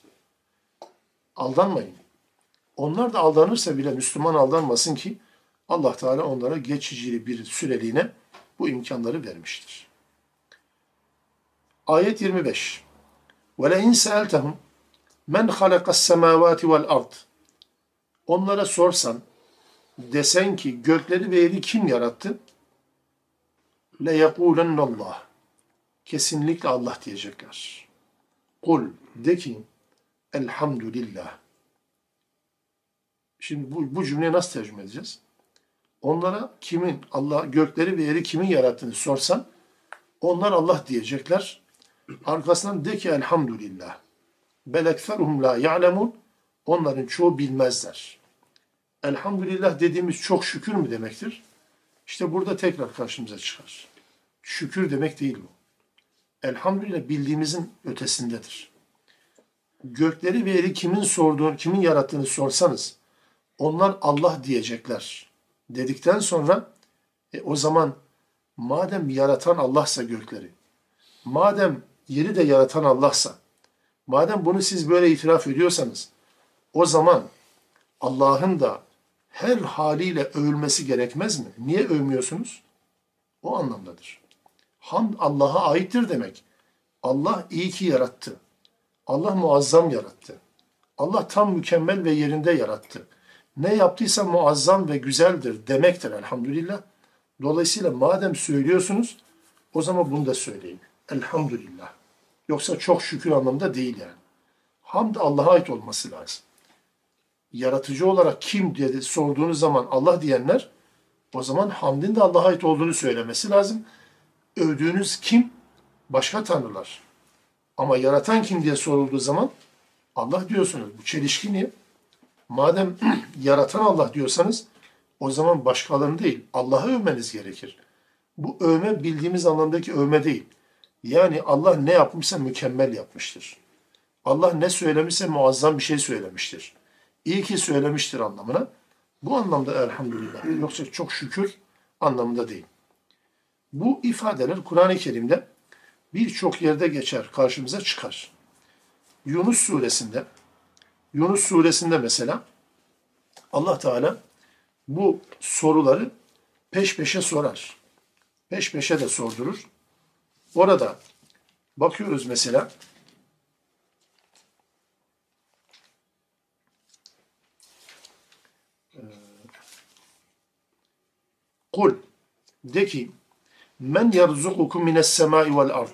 Aldanmayın. Onlar da aldanırsa bile Müslüman aldanmasın ki Allah Teala onlara geçici bir süreliğine bu imkanları vermiştir. Ayet yirmi beş. وَلَاِنْ سَأَلْتَهُمْ مَنْ خَلَقَ السَّمَاوَاتِ وَالْأَرْضِ Onlara sorsan, desen ki gökleri ve yeri kim yarattı? لَيَقُولَنَّ اللّٰهِ Kesinlikle Allah diyecekler. Kul de ki elhamdülillah. Şimdi bu, bu cümleyi nasıl tercüme edeceğiz? Onlara kimin, Allah gökleri ve yeri kimin yarattığını sorsan, onlar Allah diyecekler. Arkasından de ki elhamdülillah. Bel ekferuhum la ya'lemun. Onların çoğu bilmezler. Elhamdülillah dediğimiz çok şükür mü demektir? İşte burada tekrar karşımıza çıkar. Şükür demek değil bu. Elhamdülillah bildiğimizin ötesindedir. Gökleri ve yeri kimin sorduğunu, kimin yarattığını sorsanız, onlar Allah diyecekler. Dedikten sonra e, o zaman madem yaratan Allah'sa gökleri, madem yeri de yaratan Allah'sa, madem bunu siz böyle itiraf ediyorsanız, o zaman Allah'ın da her haliyle övülmesi gerekmez mi? Niye övmüyorsunuz? O anlamdadır. Hamd Allah'a aittir demek. Allah iyi ki yarattı. Allah muazzam yarattı. Allah tam mükemmel ve yerinde yarattı. Ne yaptıysa muazzam ve güzeldir demektir elhamdülillah. Dolayısıyla madem söylüyorsunuz o zaman bunu da söyleyin. Elhamdülillah. Yoksa çok şükür anlamında değil yani. Hamd Allah'a ait olması lazım. Yaratıcı olarak kim diye sorduğunuz zaman Allah diyenler o zaman hamdin de Allah'a ait olduğunu söylemesi lazım. Övdüğünüz kim? Başka tanrılar. Ama yaratan kim diye sorulduğu zaman Allah diyorsunuz. Bu çelişki niye? Madem yaratan Allah diyorsanız o zaman başkalarını değil Allah'ı övmeniz gerekir. Bu övme bildiğimiz anlamdaki övme değil. Yani Allah ne yapmışsa mükemmel yapmıştır. Allah ne söylemişse muazzam bir şey söylemiştir. İyi ki söylemiştir anlamına. Bu anlamda elhamdülillah. Yoksa çok şükür anlamında değil. Bu ifadeler Kur'an-ı Kerim'de birçok yerde geçer, karşımıza çıkar. Yunus suresinde, Yunus suresinde mesela Allah Teala bu soruları peş peşe sorar. Peş peşe de sordurur. Orada bakıyoruz mesela Kul de ki men yerzukukum mines semai vel ard.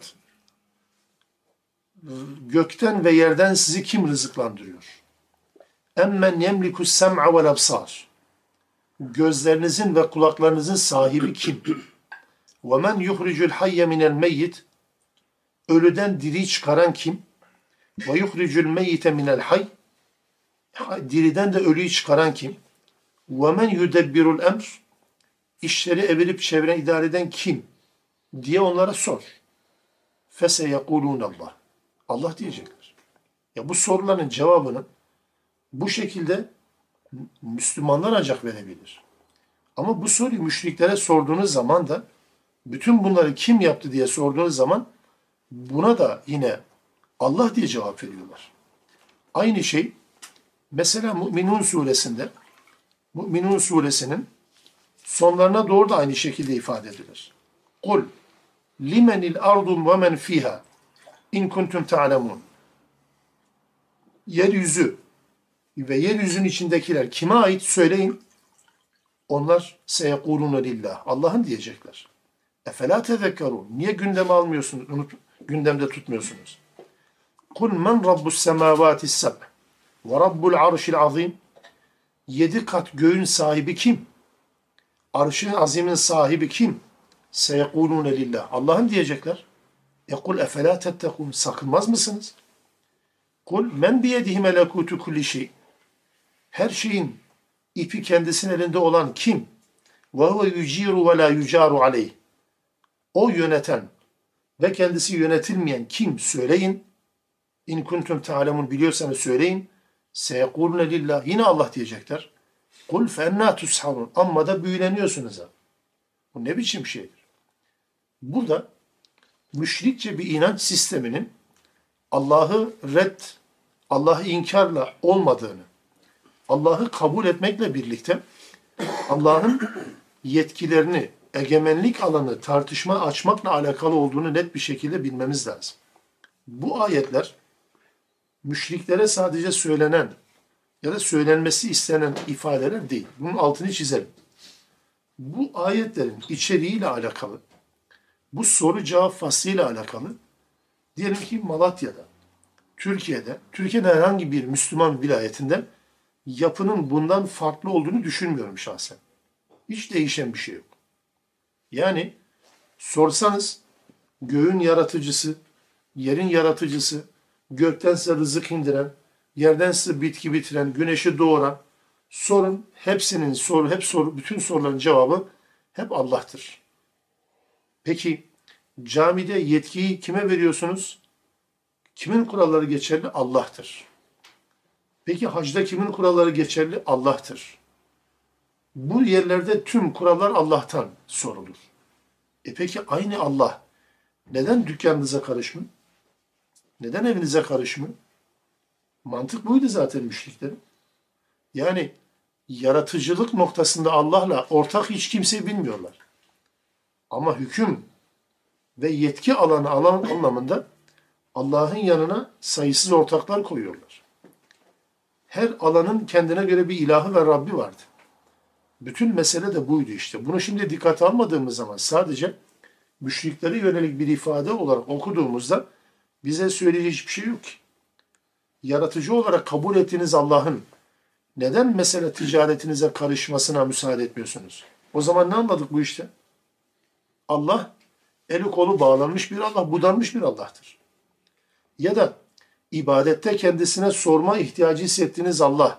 Gökten ve yerden sizi kim rızıklandırıyor? Emmen yemlikus sem'a vel absar. Gözlerinizin ve kulaklarınızın sahibi kim? Ve men yuhricul hayye minel meyyit. Ölüden diriyi çıkaran kim? Ve yuhricul meyyite minel hay. Diriden de ölüyü çıkaran kim? Ve men yudebbirul emr. İşleri evirip çeviren, idare eden kim? Diye onlara sor. Feseyekulûn Allah. Allah diyecekler. Ya bu soruların cevabını bu şekilde Müslümanlar ancak verebilir. Ama bu soruyu müşriklere sorduğunuz zaman da bütün bunları kim yaptı diye sorduğunuz zaman buna da yine Allah diye cevap veriyorlar. Aynı şey mesela Mü'minun suresinde Mü'minun suresinin sonlarına doğru da aynı şekilde ifade edilir. Kul limenil ardum ve men fiha in kuntum ta'lemun. Yeryüzü ve yeryüzünün içindekiler kime ait söyleyin. Onlar seyekulune lillah. Allah'ın diyecekler. Efela tezekkerun. Niye gündeme almıyorsunuz? Unut, gündemde tutmuyorsunuz. Kul men rabbus semavatis seb ve rabbul arşil azim. Yedi kat göğün sahibi kim? Arşın azimin sahibi kim? Seyekulune lillah. Allah'ın diyecekler. E kul efela tettekun. Sakınmaz mısınız? Kul men biyedihi melekutu kulli şey. Her şeyin ipi kendisinin elinde olan kim? Ve huve yuciru ve la yucaru aleyh. O yöneten ve kendisi yönetilmeyen kim? Söyleyin. İn kuntum ta'lemun, biliyorsanız söyleyin. Seyekulune lillah. Yine Allah diyecekler. Kul fe ennâ tusharun. Amma da büyüleniyorsunuz ha. Bu ne biçim şeydir? Burada müşrikçe bir inanç sisteminin Allah'ı red, Allah'ı inkarla olmadığını, Allah'ı kabul etmekle birlikte Allah'ın yetkilerini, egemenlik alanı tartışma açmakla alakalı olduğunu net bir şekilde bilmemiz lazım. Bu ayetler müşriklere sadece söylenen ya da söylenmesi istenen ifadeler değil. Bunun altını çizelim. Bu ayetlerin içeriğiyle alakalı, bu soru cevap faslıyla alakalı, diyelim ki Malatya'da, Türkiye'de, Türkiye'de herhangi bir Müslüman vilayetinde yapının bundan farklı olduğunu düşünmüyorum şahsen. Hiç değişen bir şey yok. Yani sorsanız göğün yaratıcısı, yerin yaratıcısı, gökten size rızık indiren, yerden size bitki bitiren, güneşi doğuran, sorun hepsinin soru, hep soru, bütün soruların cevabı hep Allah'tır. Peki camide yetkiyi kime veriyorsunuz? Kimin kuralları geçerli? Allah'tır. Peki hacda kimin kuralları geçerli? Allah'tır. Bu yerlerde tüm kurallar Allah'tan sorulur. E peki aynı Allah neden dükkanınıza karışmıyor? Neden evinize karışmıyor? Mantık buydu zaten müşriklerin. Yani Yaratıcılık noktasında Allah'la ortak hiç kimseyi bilmiyorlar. Ama hüküm ve yetki alanı alan anlamında Allah'ın yanına sayısız ortaklar koyuyorlar. Her alanın kendine göre bir ilahı ve Rabbi vardı. Bütün mesele de buydu işte. Bunu şimdi dikkate almadığımız zaman sadece müşriklere yönelik bir ifade olarak okuduğumuzda bize söyleyecek hiçbir şey yok ki. Yaratıcı olarak kabul ettiğiniz Allah'ın neden mesela ticaretinize karışmasına müsaade etmiyorsunuz? O zaman ne anladık bu işte? Allah eli kolu bağlanmış bir Allah, budanmış bir Allah'tır. Ya da ibadette kendisine sorma ihtiyacı hissettiğiniz Allah,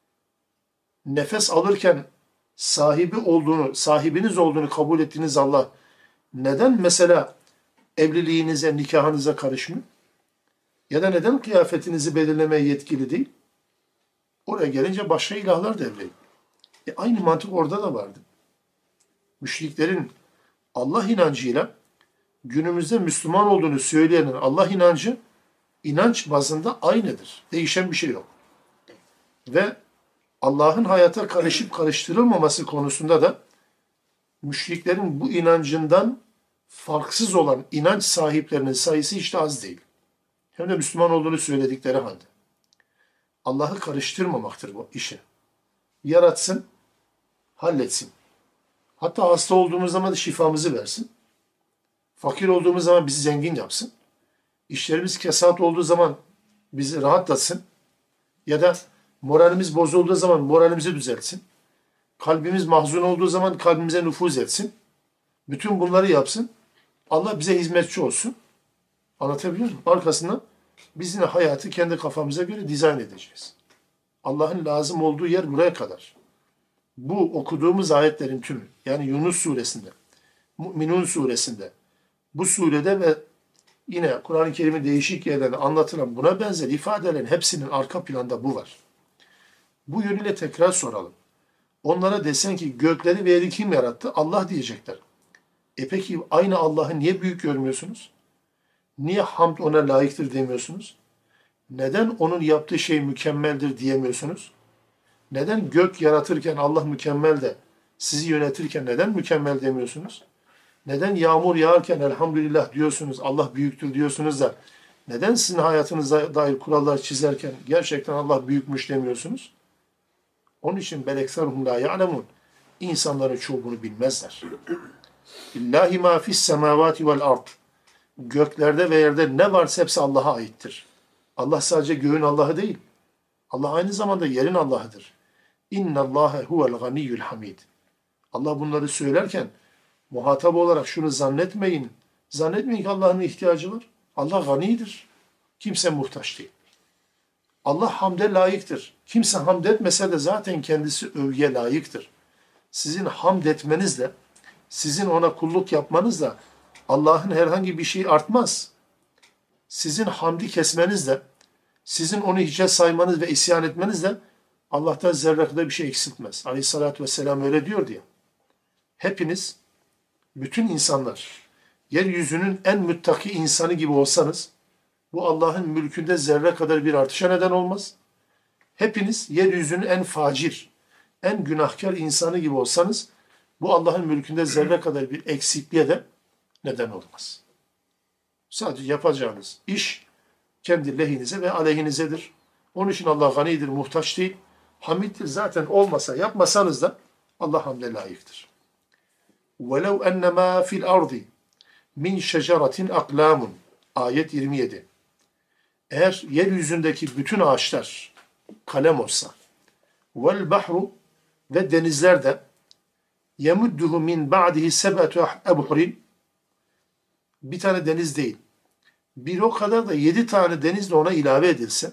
nefes alırken sahibi olduğunu, sahibiniz olduğunu kabul ettiğiniz Allah, neden mesela evliliğinize, nikahınıza karışmıyor? Ya da neden kıyafetinizi belirlemeye yetkili değil? Oraya gelince başka ilahlar devreye. E aynı mantık orada da vardı. Müşriklerin Allah inancıyla günümüzde Müslüman olduğunu söyleyenin Allah inancı inanç bazında aynıdır. Değişen bir şey yok. Ve Allah'ın hayata karışıp karıştırılmaması konusunda da müşriklerin bu inancından farksız olan inanç sahiplerinin sayısı hiç de az değil. Hem de Müslüman olduğunu söyledikleri halde. Allah'ı karıştırmamaktır bu işe. Yaratsın, halletsin. Hatta hasta olduğumuz zaman da şifamızı versin. Fakir olduğumuz zaman bizi zengin yapsın. İşlerimiz kesat olduğu zaman bizi rahatlatsın. Ya da moralimiz bozulduğu zaman moralimizi düzeltsin. Kalbimiz mahzun olduğu zaman kalbimize nüfuz etsin. Bütün bunları yapsın. Allah bize hizmetçi olsun. Anlatabiliyor muyum? Arkasından biz yine hayatı kendi kafamıza göre dizayn edeceğiz. Allah'ın lazım olduğu yer buraya kadar. Bu okuduğumuz ayetlerin tümü, yani Yunus suresinde, Mü'minun suresinde, bu surede ve yine Kur'an-ı Kerim'in değişik yerlerinde anlatılan buna benzer ifadelerin hepsinin arka planda bu var. Bu yönüyle tekrar soralım. Onlara desen ki gökleri ve yeri kim yarattı? Allah diyecekler. E peki aynı Allah'ı niye büyük görmüyorsunuz? Niye hamd ona layıktır demiyorsunuz? Neden onun yaptığı şey mükemmeldir diyemiyorsunuz? Neden gök yaratırken Allah mükemmel de sizi yönetirken neden mükemmel demiyorsunuz? Neden yağmur yağarken elhamdülillah diyorsunuz, Allah büyüktür diyorsunuz da neden sizin hayatınıza dair kurallar çizerken gerçekten Allah büyükmüş demiyorsunuz? Onun için belekserhum la ya'lemun. İnsanların çoğu bunu bilmezler. Lillahi ma fis semavati vel ard. Göklerde ve yerde ne varsa hepsi Allah'a aittir. Allah sadece göğün Allah'ı değil. Allah aynı zamanda yerin Allah'ıdır. İnna Allahe huvel ganiyyul hamid. Allah bunları söylerken muhatap olarak şunu zannetmeyin. Zannetmeyin ki Allah'ın ihtiyacı var. Allah ganidir. Kimse muhtaç değil. Allah hamde layıktır. Kimse hamd etmese de zaten kendisi övgüye layıktır. Sizin hamd etmenizle, sizin ona kulluk yapmanızla Allah'ın herhangi bir şey artmaz. Sizin hamdi kesmenizle, sizin onu hiçe saymanız ve isyan etmenizle Allah'tan zerre kadar bir şey eksiltmez. Aleyhissalatü vesselam öyle diyor diye. Hepiniz, bütün insanlar, yeryüzünün en müttaki insanı gibi olsanız, bu Allah'ın mülkünde zerre kadar bir artışa neden olmaz. Hepiniz yeryüzünün en facir, en günahkar insanı gibi olsanız, bu Allah'ın mülkünde zerre kadar bir eksikliğe de neden olmaz. Sadece yapacağınız iş kendi lehinize ve aleyhinizedir. Onun için Allah ganidir, muhtaç değil. Hamiddir, zaten olmasa, yapmasanız da Allah hamle layıktır. وَلَوْ اَنَّمَا فِي الْاَرْضِ مِنْ شَجَرَةٍ اَقْلَامٌ Ayet yirmi yedi. Eğer yeryüzündeki bütün ağaçlar kalem olsa, وَالْبَحْرُ ve denizler de يَمُدُّهُ مِنْ بَعْدِهِ سَبْعَةُ اَبْحُرٍ bir tane deniz değil, bir o kadar da yedi tane denizle ona ilave edilse,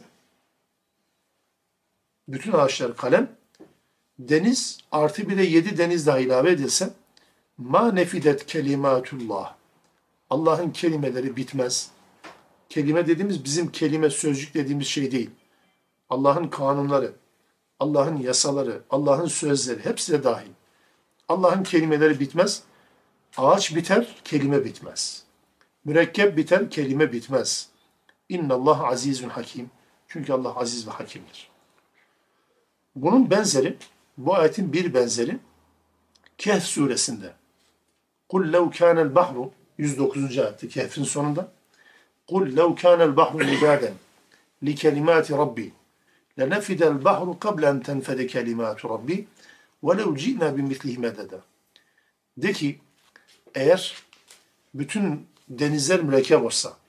bütün ağaçlar kalem, deniz artı bir de yedi deniz daha ilave edilse, ma nefidet kelimatullah. Allah'ın kelimeleri bitmez. Kelime dediğimiz bizim kelime, sözcük dediğimiz şey değil. Allah'ın kanunları, Allah'ın yasaları, Allah'ın sözleri hepsi de dahil. Allah'ın kelimeleri bitmez. Ağaç biter, kelime bitmez. Mürekkep biter, kelime bitmez. İnnallah azizun hakim. Çünkü Allah aziz ve hakimdir. Bunun benzeri Bu ayetin bir benzeri Kehf suresinde. قُلْ لَوْ كَانَ الْبَحْرُ yüz dokuzuncu ayette Kehf'in sonunda. قُلْ لَوْ كَانَ الْبَحْرُ مِدَادًا لِكَلِمَاتِ رَبِّي لَنَفِدَ الْبَحْرُ قَبْلَ أَنْ تَنْفَدَ كَلِمَاتُ رَبِّي وَلَوْ جِئْنَا بِمِثْلِهِ مَدَدًا. De ki, eğer bütün denizler mürekkep olsa,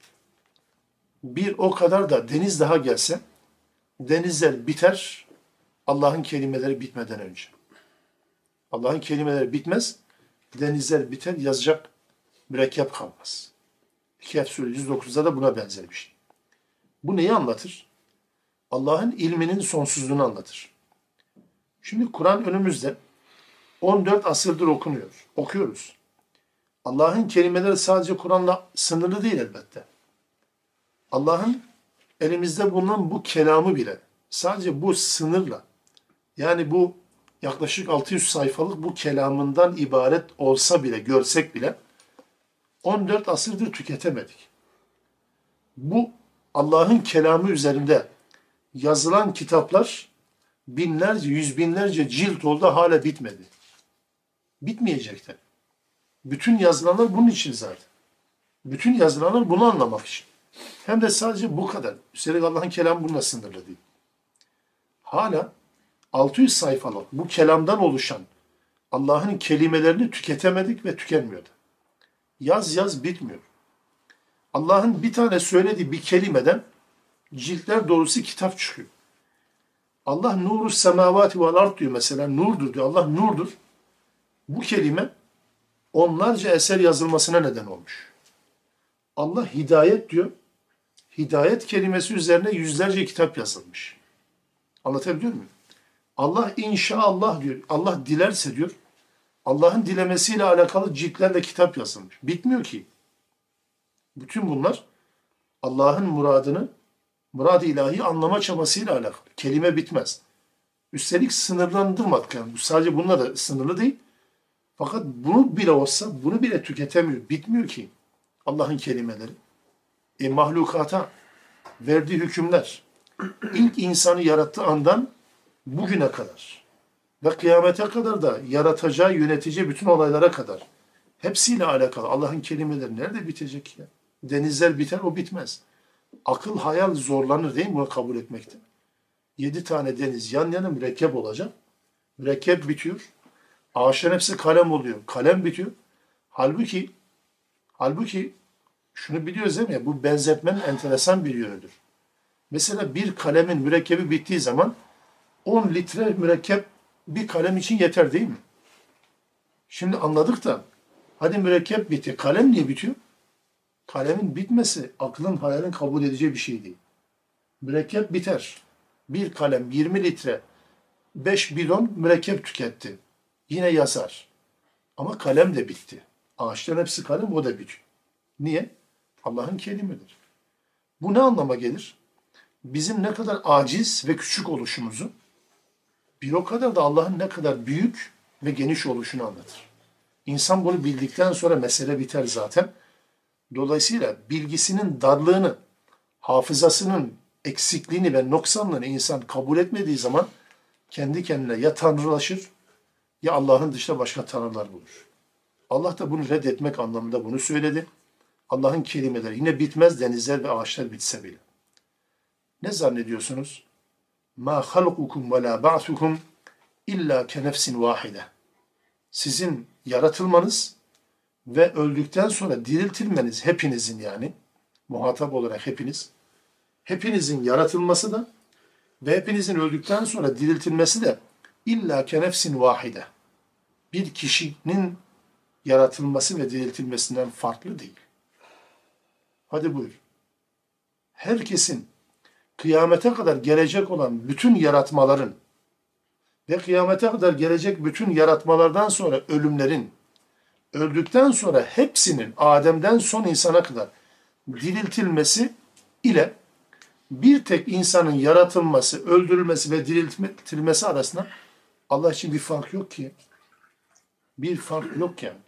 bir o kadar da deniz daha gelse, denizler biter, Allah'ın kelimeleri bitmeden önce. Allah'ın kelimeleri bitmez, denizler biter, yazacak mürekkep kalmaz. Kehf suresi yüz dokuzda da buna benzer bir şey. Bu neyi anlatır? Allah'ın ilminin sonsuzluğunu anlatır. Şimdi Kur'an önümüzde on dört asırdır okunuyor, okuyoruz. Allah'ın kelimeleri sadece Kur'an'la sınırlı değil elbette. Allah'ın elimizde bulunan bu kelamı bile sadece bu sınırla, yani bu yaklaşık altı yüz sayfalık bu kelamından ibaret olsa bile, görsek bile on dört asırdır tüketemedik. Bu Allah'ın kelamı üzerinde yazılan kitaplar binlerce, yüz binlerce cilt oldu, hala bitmedi. Bitmeyecek de. Bütün yazılanlar bunun için zaten. Bütün yazılanlar bunu anlamak için. Hem de sadece bu kadar. Üstelik Allah'ın kelamı bununla sınırlı değil. Hala altı yüz sayfalık bu kelamdan oluşan Allah'ın kelimelerini tüketemedik ve tükenmiyordu. Yaz yaz bitmiyor. Allah'ın bir tane söylediği bir kelimeden ciltler dolusu kitap çıkıyor. Allah nuru semavati vel ard diyor mesela, nurdur diyor. Allah nurdur. Bu kelime onlarca eser yazılmasına neden olmuş. Allah hidayet diyor. Hidayet kelimesi üzerine yüzlerce kitap yazılmış. Anlatabiliyor muyum? Allah inşallah diyor. Allah dilerse diyor. Allah'ın dilemesiyle alakalı ciltlerle kitap yazılmış. Bitmiyor ki. Bütün bunlar Allah'ın muradını, murad-ı ilahi anlama çabasıyla alakalı. Kelime bitmez. Üstelik sınırlandırmadık. Yani bu sadece bununla da sınırlı değil. Fakat bunu bile olsa, bunu bile tüketemiyor. Bitmiyor ki Allah'ın kelimeleri. E, mahlukata verdiği hükümler, ilk insanı yarattığı andan bugüne kadar ve kıyamete kadar da yaratacağı, yöneteceği bütün olaylara kadar hepsiyle alakalı. Allah'ın kelimeleri nerede bitecek ya? Denizler biter, o bitmez. Akıl, hayal zorlanır değil mi bunu kabul etmekte? Yedi tane deniz yan yana mürekkep olacak. Mürekkep bitiyor. Ağaçların hepsi kalem oluyor. Kalem bitiyor. Halbuki halbuki şunu biliyoruz değil mi? Bu benzetmenin enteresan bir yönüdür. Mesela bir kalemin mürekkebi bittiği zaman on litre mürekkep bir kalem için yeter değil mi? Şimdi anladık da hadi mürekkep bitti. Kalem niye bitiyor? Kalemin bitmesi aklın, hayalin kabul edeceği bir şey değil. Mürekkep biter. Bir kalem yirmi litre, beş bidon mürekkep tüketti. Yine yazar. Ama kalem de bitti. Ağaçların hepsi kalem, o da bitiyor. Niye? Allah'ın kelimedir. Bu ne anlama gelir? Bizim ne kadar aciz ve küçük oluşumuzu, bir o kadar da Allah'ın ne kadar büyük ve geniş oluşunu anlatır. İnsan bunu bildikten sonra mesele biter zaten. Dolayısıyla bilgisinin darlığını, hafızasının eksikliğini ve noksanlığını insan kabul etmediği zaman kendi kendine ya tanrılaşır ya Allah'ın dışında başka tanrılar bulur. Allah da bunu reddetmek anlamında bunu söyledi. Allah'ın kelimeleri yine bitmez, denizler ve ağaçlar bitse bile. Ne zannediyorsunuz? مَا خَلْقُكُمْ وَلَا بَعْثُكُمْ اِلَّا كَنَفْسٍ وَاحِدَةٍ. Sizin yaratılmanız ve öldükten sonra diriltilmeniz, hepinizin yani, muhatap olarak hepiniz, hepinizin yaratılması da ve hepinizin öldükten sonra diriltilmesi de illa kenefsin vahide. Bir kişinin yaratılması ve diriltilmesinden farklı değil. Hadi buyur. Herkesin kıyamete kadar gelecek olan bütün yaratmaların ve kıyamete kadar gelecek bütün yaratmalardan sonra ölümlerin, öldükten sonra hepsinin Adem'den son insana kadar diriltilmesi ile bir tek insanın yaratılması, öldürülmesi ve diriltilmesi arasında Allah için bir fark yok ki. Bir fark yok yani.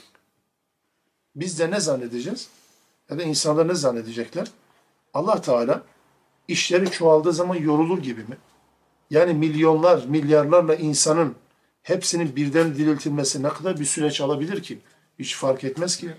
Biz de ne zannedeceğiz? Ya da insanlar ne zannedecekler? Allah Teala işleri çoğaldığı zaman yorulur gibi mi? Yani milyonlar, milyarlarla insanın hepsinin birden diriltilmesi ne kadar bir süreç alabilir ki? Hiç fark etmez ki.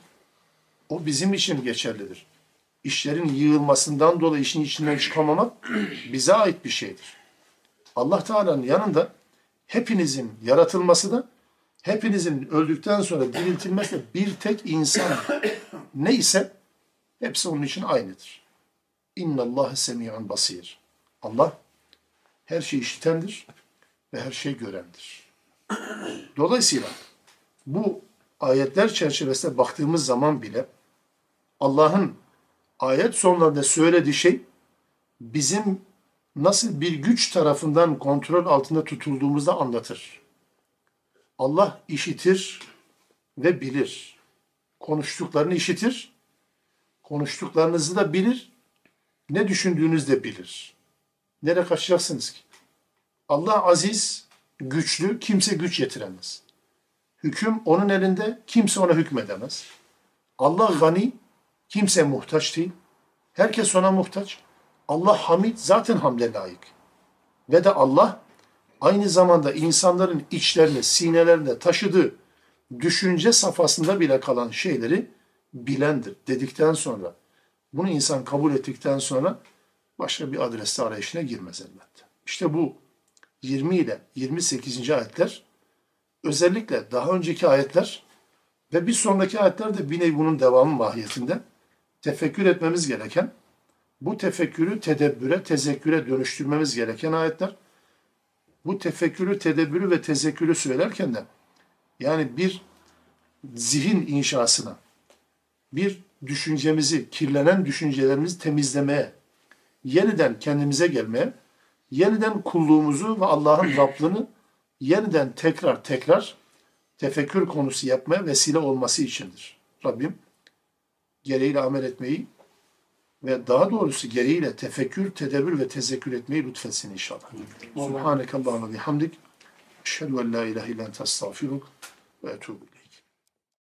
O bizim için geçerlidir. İşlerin yığılmasından dolayı işin içinden çıkamamak bize ait bir şeydir. Allah Teala'nın yanında hepinizin yaratılması da hepinizin öldükten sonra diriltilmesi de bir tek insan neyse hepsi onun için aynıdır. İnna Allah semi'un basir. Allah her şeyi işitendir ve her şeyi görendir. Dolayısıyla bu ayetler çerçevesinde baktığımız zaman bile Allah'ın ayet sonlarında söylediği şey bizim nasıl bir güç tarafından kontrol altında tutulduğumuzu anlatır. Allah işitir ve bilir. Konuştuklarını işitir, konuştuklarınızı da bilir, ne düşündüğünüzü de bilir. Nereye kaçacaksınız ki? Allah aziz, güçlü, kimse güç yetiremez. Hüküm onun elinde, kimse ona hükmedemez. Allah gani, kimse muhtaç değil. Herkes ona muhtaç. Allah hamid, zaten hamle layık. Ve de Allah aynı zamanda insanların içlerinde, sinelerinde taşıdığı düşünce safhasında bile kalan şeyleri bilendir dedikten sonra, bunu insan kabul ettikten sonra başka bir adreste arayışına girmez elbette. İşte bu yirmi ile yirmi sekizinci ayetler, özellikle daha önceki ayetler ve bir sonraki ayetler de bir nevi bunun devamı mahiyetinde tefekkür etmemiz gereken, bu tefekkürü tedebbüre, tezekküre dönüştürmemiz gereken ayetler. Bu tefekkürü, tedebbürü ve tezekkürü söylerken de yani bir zihin inşasına, bir düşüncemizi, kirlenen düşüncelerimizi temizlemeye, yeniden kendimize gelmeye, yeniden kulluğumuzu ve Allah'ın Rablığını yeniden tekrar tekrar tefekkür konusu yapmaya vesile olması içindir. Rabbim gereğiyle amel etmeyi ve daha doğrusu gereğiyle tefekkür, tedebbür ve tezekkür etmeyi lütfetsin inşallah. Subhanekallahumma bihamdik. Eşhedü en la ilahe illa ente estağfiruk ve etûbü